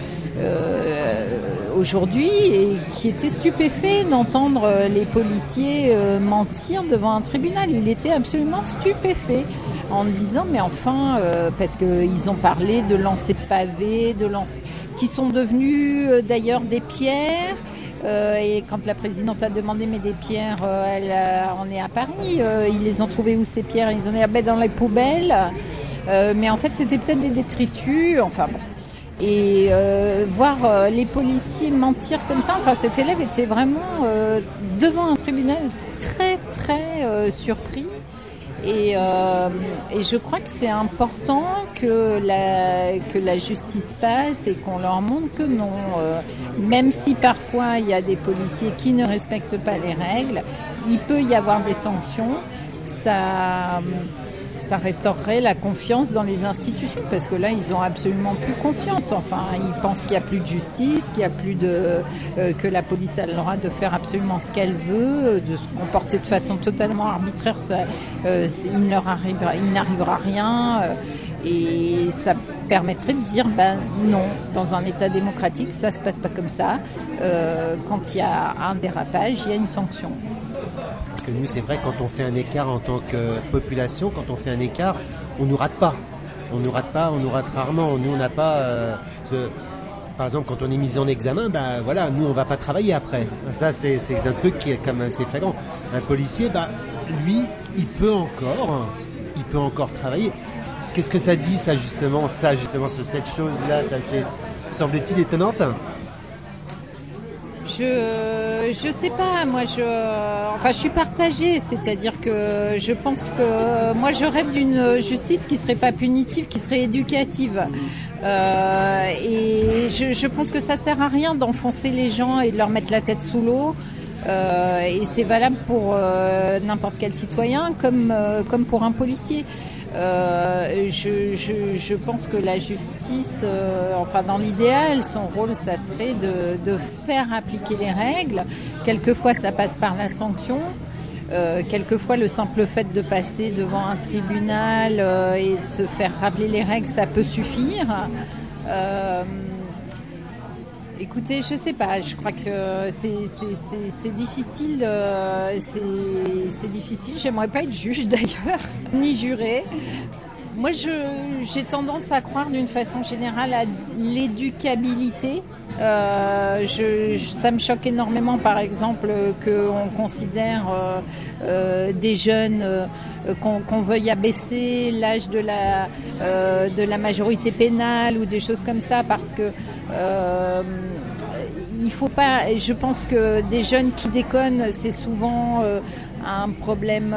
aujourd'hui et qui était stupéfait d'entendre les policiers mentir devant un tribunal. Il était absolument stupéfait en disant mais enfin parce qu'ils ont parlé de lancer de pavés, qui sont devenus d'ailleurs des pierres. Et quand la présidente a demandé mais des pierres, on est à Paris, ils les ont trouvées où ces pierres? Ils en ont dans les poubelles, mais en fait c'était peut-être des détritus, enfin bon. Et voir les policiers mentir comme ça, enfin cet élève était vraiment devant un tribunal très très surpris. Et je crois que c'est important que la justice passe et qu'on leur montre que non. Même si parfois il y a des policiers qui ne respectent pas les règles, il peut y avoir des sanctions. Ça restaurerait la confiance dans les institutions parce que là ils ont absolument plus confiance. Enfin, ils pensent qu'il n'y a plus de justice, qu'il y a plus que la police a le droit de faire absolument ce qu'elle veut, de se comporter de façon totalement arbitraire. Il n'arrivera rien et ça permettrait de dire non, dans un État démocratique ça se passe pas comme ça. Quand il y a un dérapage, il y a une sanction. Parce que nous, c'est vrai, quand on fait un écart en tant que population, quand on fait un écart, on nous rate pas. On nous rate rarement. Nous, on n'a pas... par exemple, quand on est mis en examen, nous, on va pas travailler après. Ça, c'est un truc qui est comme assez flagrant. Un policier, lui, il peut encore travailler. Qu'est-ce que ça dit, ça, justement, cette chose-là, ça, semble-t-il étonnante? Je sais pas, moi je suis partagée, c'est-à-dire que je pense que moi je rêve d'une justice qui serait pas punitive, qui serait éducative. Et je pense que ça sert à rien d'enfoncer les gens et de leur mettre la tête sous l'eau. Et c'est valable pour n'importe quel citoyen comme pour un policier. Je pense que la justice, dans l'idéal, son rôle, ça serait de faire appliquer les règles. Quelquefois, ça passe par la sanction. Quelquefois, le simple fait de passer devant un tribunal et de se faire rappeler les règles, ça peut suffire. Écoutez, je sais pas, je crois que c'est difficile, c'est difficile. J'aimerais pas être juge d'ailleurs, ni juré. Moi, j'ai tendance à croire d'une façon générale à l'éducabilité. Ça me choque énormément, par exemple, qu'on considère des jeunes, qu'on veuille abaisser l'âge de la majorité pénale ou des choses comme ça, parce que il faut pas. Je pense que des jeunes qui déconnent, c'est souvent un problème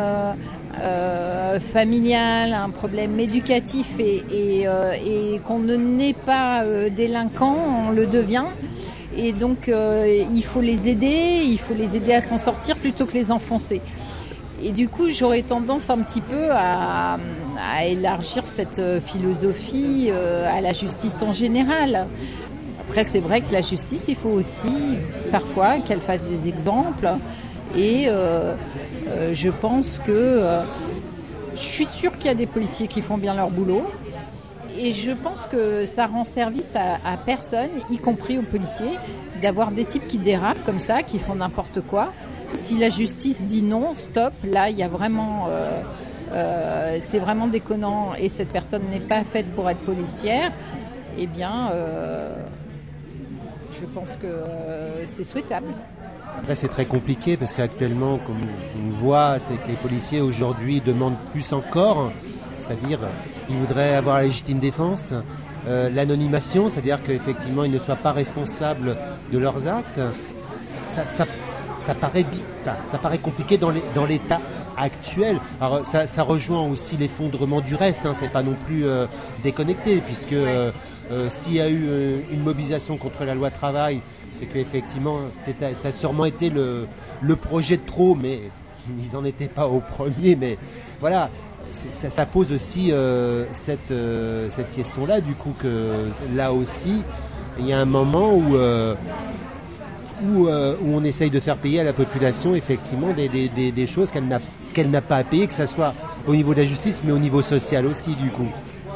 familial, un problème éducatif et qu'on ne naît pas délinquant, on le devient. Et donc il faut les aider à s'en sortir plutôt que les enfoncer. Et du coup, j'aurais tendance un petit peu à élargir cette philosophie à la justice en général. Après, c'est vrai que la justice, il faut aussi parfois qu'elle fasse des exemples. Et je pense que je suis sûre qu'il y a des policiers qui font bien leur boulot. Et je pense que ça rend service à personne, y compris aux policiers, d'avoir des types qui dérapent comme ça, qui font n'importe quoi. Si la justice dit non, stop, là, il y a vraiment... c'est vraiment déconnant et cette personne n'est pas faite pour être policière, eh bien, je pense que c'est souhaitable. Après, c'est très compliqué parce qu'actuellement, comme on voit, c'est que les policiers aujourd'hui demandent plus encore, c'est-à-dire ils voudraient avoir la légitime défense, l'anonymation, c'est-à-dire qu'effectivement ils ne soient pas responsables de leurs actes, ça paraît compliqué dans l'état actuel. Alors ça rejoint aussi l'effondrement du reste, hein, c'est pas non plus déconnecté, puisque s'il y a eu une mobilisation contre la loi travail, c'est qu'effectivement ça a sûrement été le projet de trop, mais ils n'en étaient pas au premier, mais voilà. Ça pose aussi cette question-là, du coup, que là aussi, il y a un moment où on essaye de faire payer à la population effectivement des choses qu'elle n'a pas à payer, que ce soit au niveau de la justice, mais au niveau social aussi, du coup.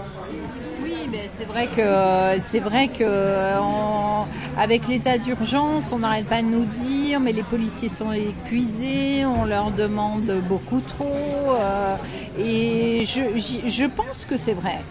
C'est vrai que avec l'état d'urgence, on n'arrête pas de nous dire mais les policiers sont épuisés, on leur demande beaucoup trop et je pense que c'est vrai.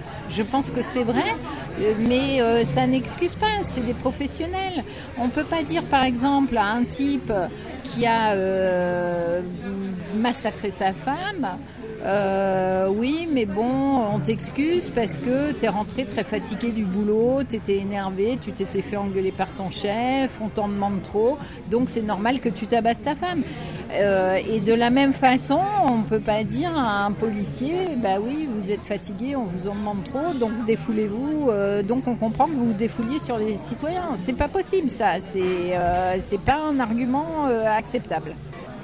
Mais ça n'excuse pas, c'est des professionnels. On ne peut pas dire par exemple à un type qui a massacré sa femme, oui mais bon on t'excuse parce que t'es rentré très fatigué du boulot, t'étais énervé, tu t'étais fait engueuler par ton chef, on t'en demande trop, donc c'est normal que tu tabasses ta femme. Et de la même façon, on ne peut pas dire à un policier, bah oui vous êtes fatigué, on vous en demande trop, donc défoulez-vous, donc on comprend que vous vous défouliez sur les citoyens. C'est pas possible ça, c'est pas un argument acceptable.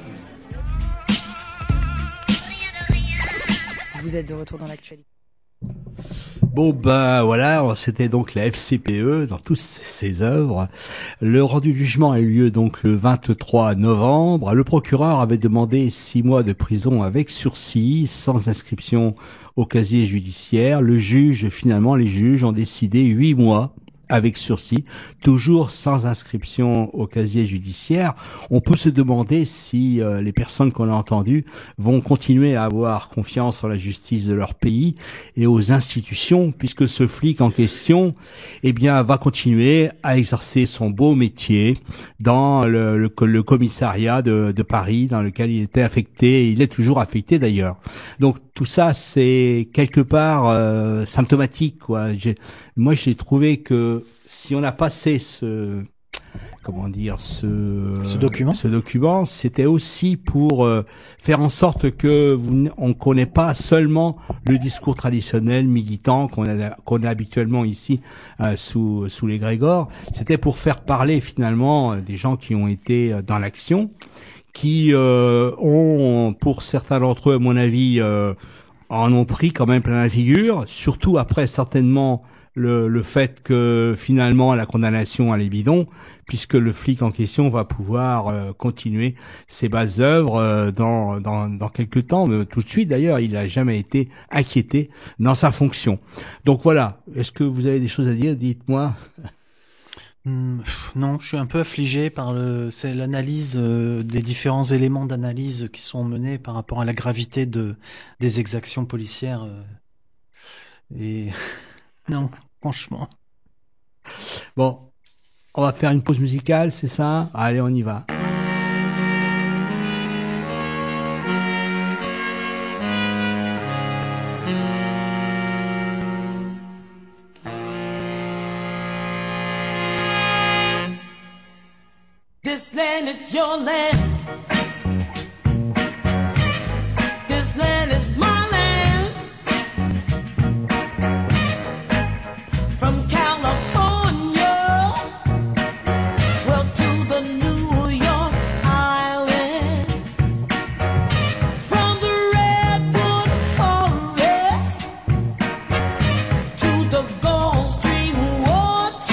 Vous êtes de retour dans l'actualité. Bon ben voilà, c'était donc la FCPE dans toutes ses œuvres. Le rendu du jugement a eu lieu donc le 23 novembre. Le procureur avait demandé 6 mois de prison avec sursis, sans inscription au casier judiciaire. Les juges ont décidé 8 mois avec sursis, toujours sans inscription au casier judiciaire. On peut se demander si les personnes qu'on a entendues vont continuer à avoir confiance en la justice de leur pays et aux institutions, puisque ce flic en question, va continuer à exercer son beau métier dans le commissariat de Paris, dans lequel il était affecté, il est toujours affecté d'ailleurs. Donc tout ça, c'est quelque part symptomatique, quoi. Moi, j'ai trouvé que si on a passé ce document, c'était aussi pour faire en sorte que on connaît pas seulement le discours traditionnel militant qu'on a habituellement ici sous les Grégor. C'était pour faire parler finalement des gens qui ont été dans l'action, qui ont, pour certains d'entre eux, à mon avis, en ont pris quand même plein la figure, surtout après certainement le fait que finalement la condamnation elle est bidon, puisque le flic en question va pouvoir continuer ses basses œuvres dans quelques temps, mais tout de suite d'ailleurs, il n'a jamais été inquiété dans sa fonction. Donc voilà, est-ce que vous avez des choses à dire? Dites-moi. Non, je suis un peu affligé par c'est l'analyse des différents éléments d'analyse qui sont menés par rapport à la gravité des exactions policières et non, franchement. Bon, on va faire une pause musicale, c'est ça? Allez, on y va. This land is your land. This land is my land. From California, well, to the New York Island. From the Redwood Forest to the Gulf Stream waters.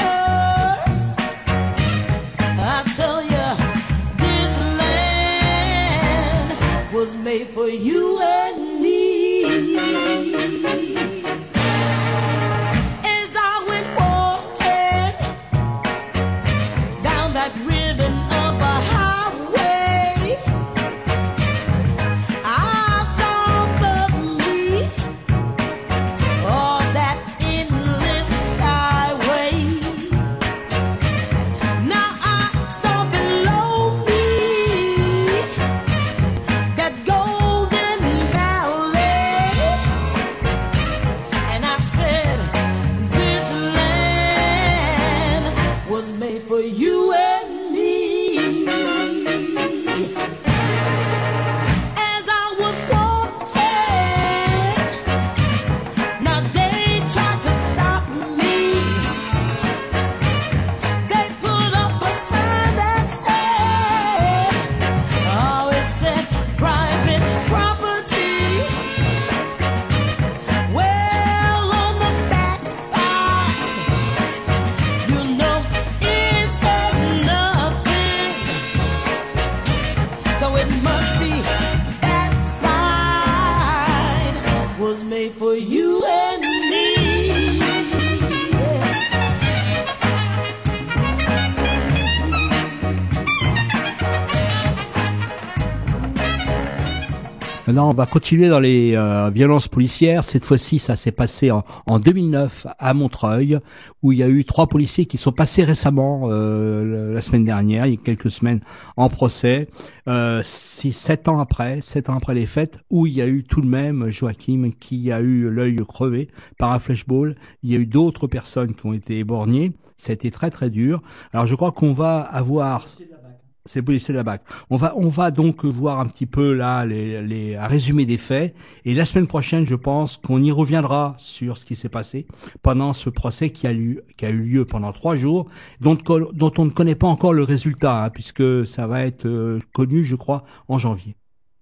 I tell you, this land was made for you and me. As I went walking down that ribbon of a highway, I saw beneath all that endless skyway. Now I saw below me that golden valley. Maintenant, on va continuer dans les violences policières. Cette fois-ci, ça s'est passé en 2009 à Montreuil, où il y a eu 3 policiers qui sont passés récemment, la semaine dernière, il y a quelques semaines, en procès. 7 ans après les faits, où il y a eu tout de même Joachim qui a eu l'œil crevé par un flashball. Il y a eu d'autres personnes qui ont été éborgnées. Ça a été très très dur. Alors je crois qu'on va avoir... C'est le policier de la BAC. On va donc voir un petit peu là un résumé des faits. Et la semaine prochaine, je pense qu'on y reviendra sur ce qui s'est passé pendant ce procès qui a eu lieu pendant 3 jours, dont on ne connaît pas encore le résultat, hein, puisque ça va être connu, je crois, en janvier.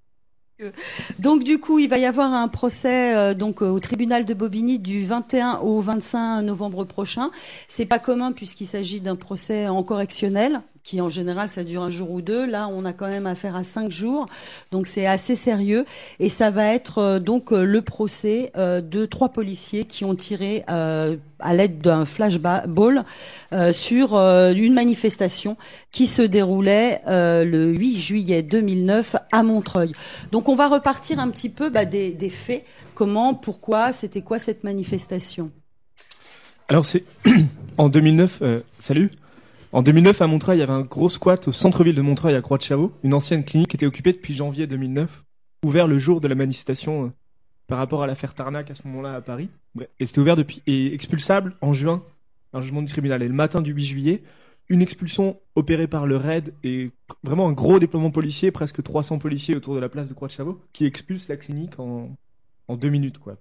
Donc du coup, il va y avoir un procès au tribunal de Bobigny du 21 au 25 novembre prochain. C'est pas commun puisqu'il s'agit d'un procès en correctionnel qui en général ça dure 1 jour ou 2. Là, on a quand même affaire à 5 jours, donc c'est assez sérieux. Et ça va être le procès de 3 policiers qui ont tiré à l'aide d'un flashball sur une manifestation qui se déroulait le 8 juillet 2009 à Montreuil. Donc on va repartir un petit peu des faits. Comment, pourquoi, c'était quoi cette manifestation? Alors c'est en 2009. Salut. En 2009, à Montreuil, il y avait un gros squat au centre-ville de Montreuil, à Croix-de-Chavaux. Une ancienne clinique qui était occupée depuis janvier 2009, ouvert le jour de la manifestation par rapport à l'affaire Tarnac à ce moment-là à Paris. Ouais. Et c'était ouvert depuis et expulsable en juin, un jugement du tribunal. Et le matin du 8 juillet, une expulsion opérée par le RAID et vraiment un gros déploiement policier, presque 300 policiers autour de la place de Croix-de-Chavaux, qui expulsent la clinique en 2 minutes, quoi.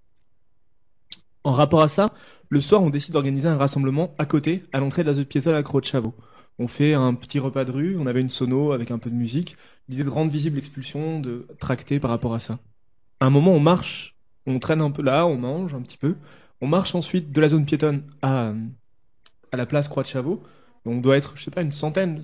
En rapport à ça, le soir, on décide d'organiser un rassemblement à côté, à l'entrée de la zone piétonne à Croix-de-Chavaux. On fait un petit repas de rue, on avait une sono avec un peu de musique, l'idée de rendre visible l'expulsion, de tracter par rapport à ça. À un moment, on marche, on traîne un peu là, on mange un petit peu, on marche ensuite de la zone piétonne à la place Croix-de-Chavaux. On doit être, je sais pas, une centaine.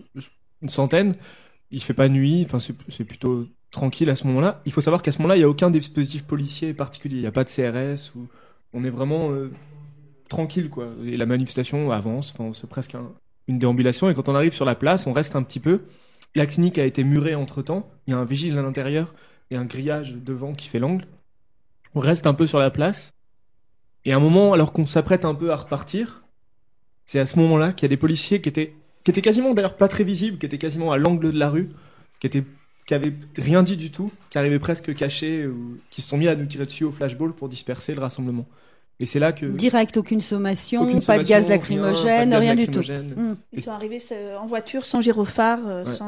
Il fait pas nuit, enfin c'est plutôt tranquille à ce moment-là. Il faut savoir qu'à ce moment-là, il y a aucun dispositif policier particulier. Il n'y a pas de CRS ou on est vraiment tranquille, quoi. Et la manifestation avance, enfin, c'est presque une déambulation. Et quand on arrive sur la place, on reste un petit peu. La clinique a été murée entre-temps. Il y a un vigile à l'intérieur et un grillage devant qui fait l'angle. On reste un peu sur la place. Et à un moment, alors qu'on s'apprête un peu à repartir, c'est à ce moment-là qu'il y a des policiers qui étaient quasiment d'ailleurs pas très visibles, qui étaient quasiment à l'angle de la rue, qui avaient rien dit du tout, qui arrivaient presque cachés, ou qui se sont mis à nous tirer dessus au flashball pour disperser le rassemblement. Et c'est là que... Direct, aucune sommation, pas de gaz lacrymogène, rien du tout. Ils sont arrivés en voiture, sans gyrophare,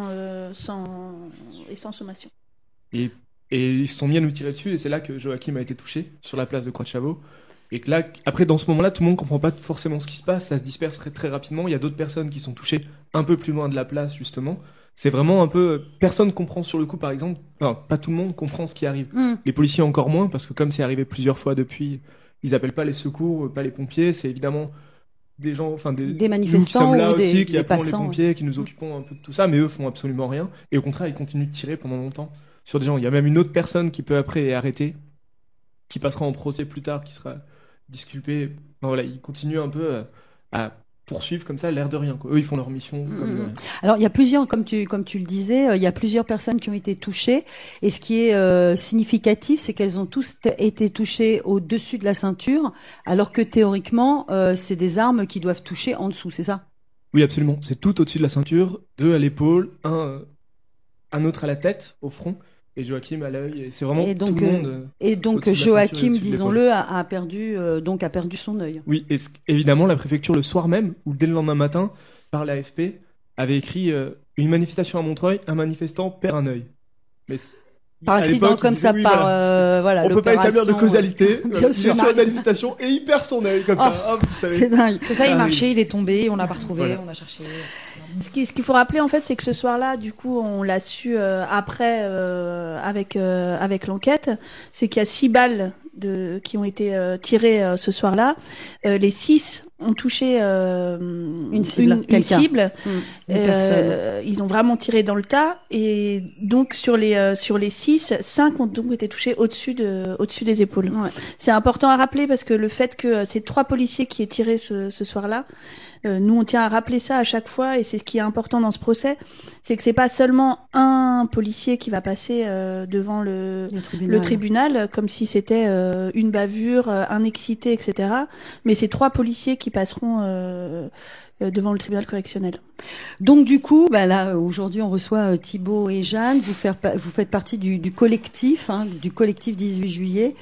sans sommation. Et ils se sont mis à nous tirer dessus, et c'est là que Joachim a été touché, sur la place de Croix-de-Chavaux. Et que là, après, dans ce moment-là, tout le monde comprend pas forcément ce qui se passe, ça se disperse très, très rapidement. Il y a d'autres personnes qui sont touchées un peu plus loin de la place, justement. C'est vraiment un peu... Personne comprend sur le coup, par exemple... Non, pas tout le monde comprend ce qui arrive. Les policiers encore moins, parce que comme c'est arrivé plusieurs fois depuis, ils appellent pas les secours, pas les pompiers. C'est évidemment des gens... Enfin, des manifestants qui sommes là aussi, qui appelons les pompiers, qui nous occupons un peu de tout ça, mais eux font absolument rien. Et au contraire, ils continuent de tirer pendant longtemps sur des gens. Il y a même une autre personne qui peut après être arrêtée, qui passera en procès plus tard, qui sera disculpé. Enfin, voilà, ils continuent un peu à poursuivre comme ça, l'air de rien, quoi. Eux, ils font leur mission comme de rien. Alors, il y a plusieurs, comme tu le disais, il y a plusieurs personnes qui ont été touchées. Et ce qui est significatif, c'est qu'elles ont tous été touchées au-dessus de la ceinture, alors que théoriquement, c'est des armes qui doivent toucher en dessous, c'est ça? Oui, absolument. C'est tout au-dessus de la ceinture, 2 à l'épaule, un autre à la tête, au front. Et Joachim à l'œil, c'est vraiment tout le monde. Et donc Joachim, disons-le, a perdu son œil. Oui, et évidemment la préfecture le soir même, ou dès le lendemain matin, par l'AFP, avait écrit une manifestation à Montreuil, un manifestant perd un œil. Mais par accident comme ça, oui, voilà. On peut pas établir de causalité. Bien sûr. Il est sur la manifestation et il perd son œil comme ça. Hop, c'est dingue. C'est ça, il marchait, il est tombé, on l'a pas retrouvé, voilà. On a cherché. Ce qu'il faut rappeler en fait, c'est que ce soir-là, du coup, on l'a su après avec l'enquête, c'est qu'il y a 6 balles qui ont été tirées ce soir-là. Les 6 ont touché une cible. Ils ont vraiment tiré dans le tas, et donc sur les 6, 5 ont donc été touchés au-dessus des épaules. Ouais. C'est important à rappeler parce que le fait que c'est 3 policiers qui aient tiré ce soir-là, Nous, on tient à rappeler ça à chaque fois, et c'est ce qui est important dans ce procès, c'est que c'est pas seulement un policier qui va passer devant le tribunal, comme si c'était une bavure, un excité, etc. Mais c'est 3 policiers qui passeront devant le tribunal correctionnel. Donc du coup, là aujourd'hui on reçoit Thibaut et Jeanne. Vous faites partie du collectif, du collectif 18 juillet,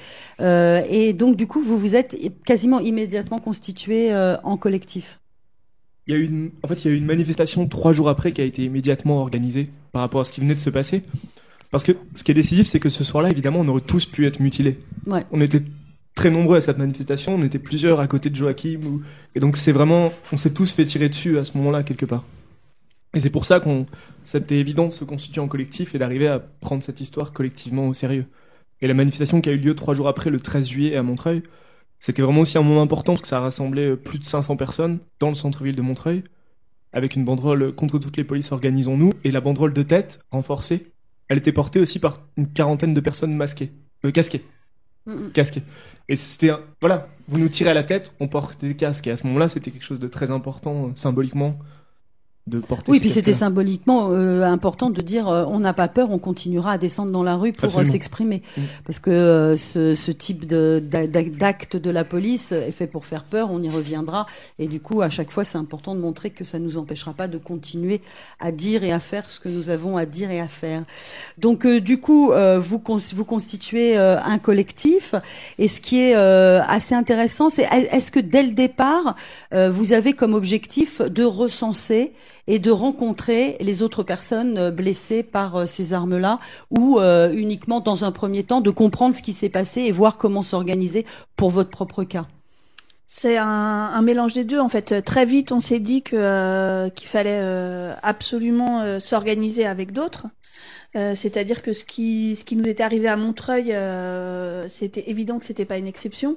et donc du coup vous vous êtes quasiment immédiatement constitué en collectif. Il y a eu une manifestation 3 jours après qui a été immédiatement organisée par rapport à ce qui venait de se passer. Parce que ce qui est décisif, c'est que ce soir-là, évidemment, on aurait tous pu être mutilés. Ouais. On était très nombreux à cette manifestation, on était plusieurs à côté de Joachim, et donc c'est vraiment, on s'est tous fait tirer dessus à ce moment-là quelque part. Et c'est pour ça c'était évident de se constituer en collectif et d'arriver à prendre cette histoire collectivement au sérieux. Et la manifestation qui a eu lieu 3 jours après, le 13 juillet à Montreuil, c'était vraiment aussi un moment important parce que ça a rassemblé plus de 500 personnes dans le centre-ville de Montreuil, avec une banderole contre toutes les polices, organisons-nous, et la banderole de tête, renforcée, elle était portée aussi par une 40aine de personnes casquées. Casquées. Et c'était, vous nous tirez à la tête, on porte des casques. Et à ce moment-là, c'était quelque chose de très important, symboliquement, de porter. Oui, puis c'était symboliquement important de dire on n'a pas peur, on continuera à descendre dans la rue pour s'exprimer. Parce que ce type d'acte de la police est fait pour faire peur, on y reviendra. Et du coup, à chaque fois, c'est important de montrer que ça ne nous empêchera pas de continuer à dire et à faire ce que nous avons à dire et à faire. Donc, du coup, vous constituez un collectif. Et ce qui est assez intéressant, c'est est-ce que dès le départ, vous avez comme objectif de recenser et de rencontrer les autres personnes blessées par ces armes-là, ou uniquement dans un premier temps de comprendre ce qui s'est passé et voir comment s'organiser pour votre propre cas? C'est un mélange des deux en fait. Très vite, on s'est dit qu'il fallait absolument s'organiser avec d'autres. C'est-à-dire que ce qui nous était arrivé à Montreuil, c'était évident que c'était pas une exception.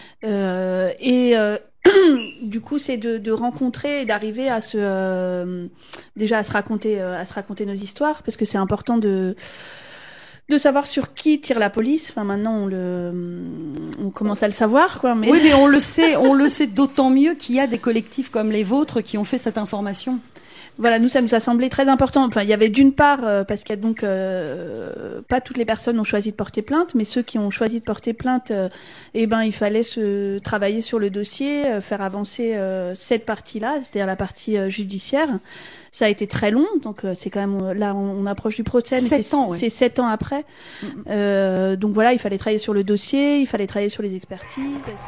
Du coup, c'est de rencontrer et d'arriver à déjà à se raconter nos histoires, parce que c'est important de savoir sur qui tire la police. Enfin, maintenant, on commence à le savoir, quoi. Mais... Oui, mais on le sait d'autant mieux qu'il y a des collectifs comme les vôtres qui ont fait cette information. Voilà, nous, ça nous a semblé très important. Enfin, il y avait d'une part, parce qu'il y a donc pas toutes les personnes ont choisi de porter plainte, mais ceux qui ont choisi de porter plainte, il fallait se travailler sur le dossier, faire avancer cette partie-là, c'est-à-dire la partie judiciaire. Ça a été très long, donc c'est quand même là on approche du procès, mais c'est 7 ans après. Donc voilà, il fallait travailler sur le dossier, il fallait travailler sur les expertises.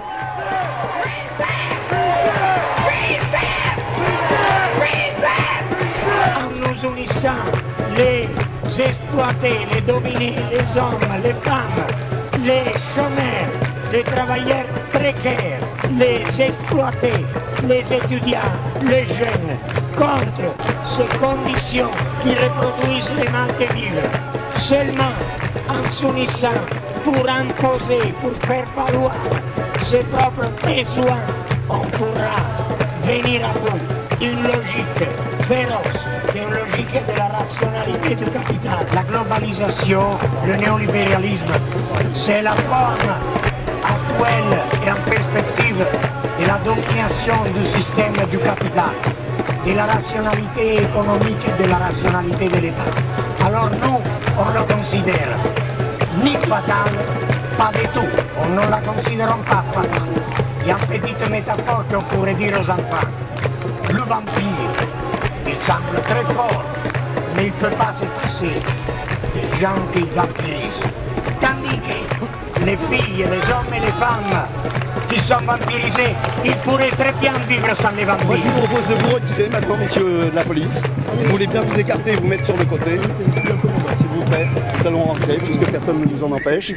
En nous unissant, les exploités, les dominés, les hommes, les femmes, les chômeurs, les travailleurs précaires, les exploités, les étudiants, les jeunes, contre ces conditions qui reproduisent les mal de vivre. Seulement en s'unissant pour imposer, pour faire valoir ses propres besoins, on pourra venir à bout d'une logique féroce, d'une logique de la rationalité du capital. La globalisation, le néolibéralisme, c'est la forme actuelle et en perspective de la domination du système du capital, de la rationalité économique et de la rationalité de l'État. Alors nous, on le considère ni fatal, pas du tout. On ne la considère pas fatale. Il y a une petite métaphore qu'on pourrait dire aux enfants. Le vampire, il semble très fort, mais il ne peut pas se passer des gens qui vampirisent. Tandis que les filles, les hommes et les femmes qui sont vampirisés, ils pourraient très bien vivre sans les vampires. Moi, je vous propose de vous retirer maintenant, messieurs de la police. Vous voulez bien vous écarter et vous mettre sur le côté, s'il vous plaît. Nous allons rentrer, puisque personne ne nous en empêche.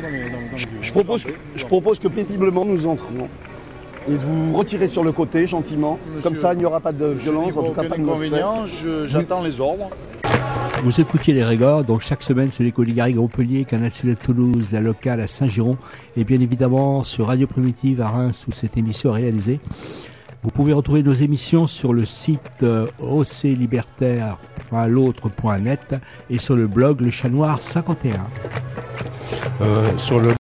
Je propose que paisiblement nous entrions. Et de vous retirer sur le côté, gentiment. Monsieur, comme ça, il n'y aura pas de violence, en tout cas pas de inconvénient. J'attends les ordres. Vous écoutiez les Régors, donc chaque semaine sur l'écho Garrigues à Montpellier, Canal Sud à Toulouse, la locale à Saint-Giron, et bien évidemment sur Radio Primitive à Reims où cette émission est réalisée. Vous pouvez retrouver nos émissions sur le site oclibertaire.l'autre.net et sur le blog Le Chat Noir 51. Sur le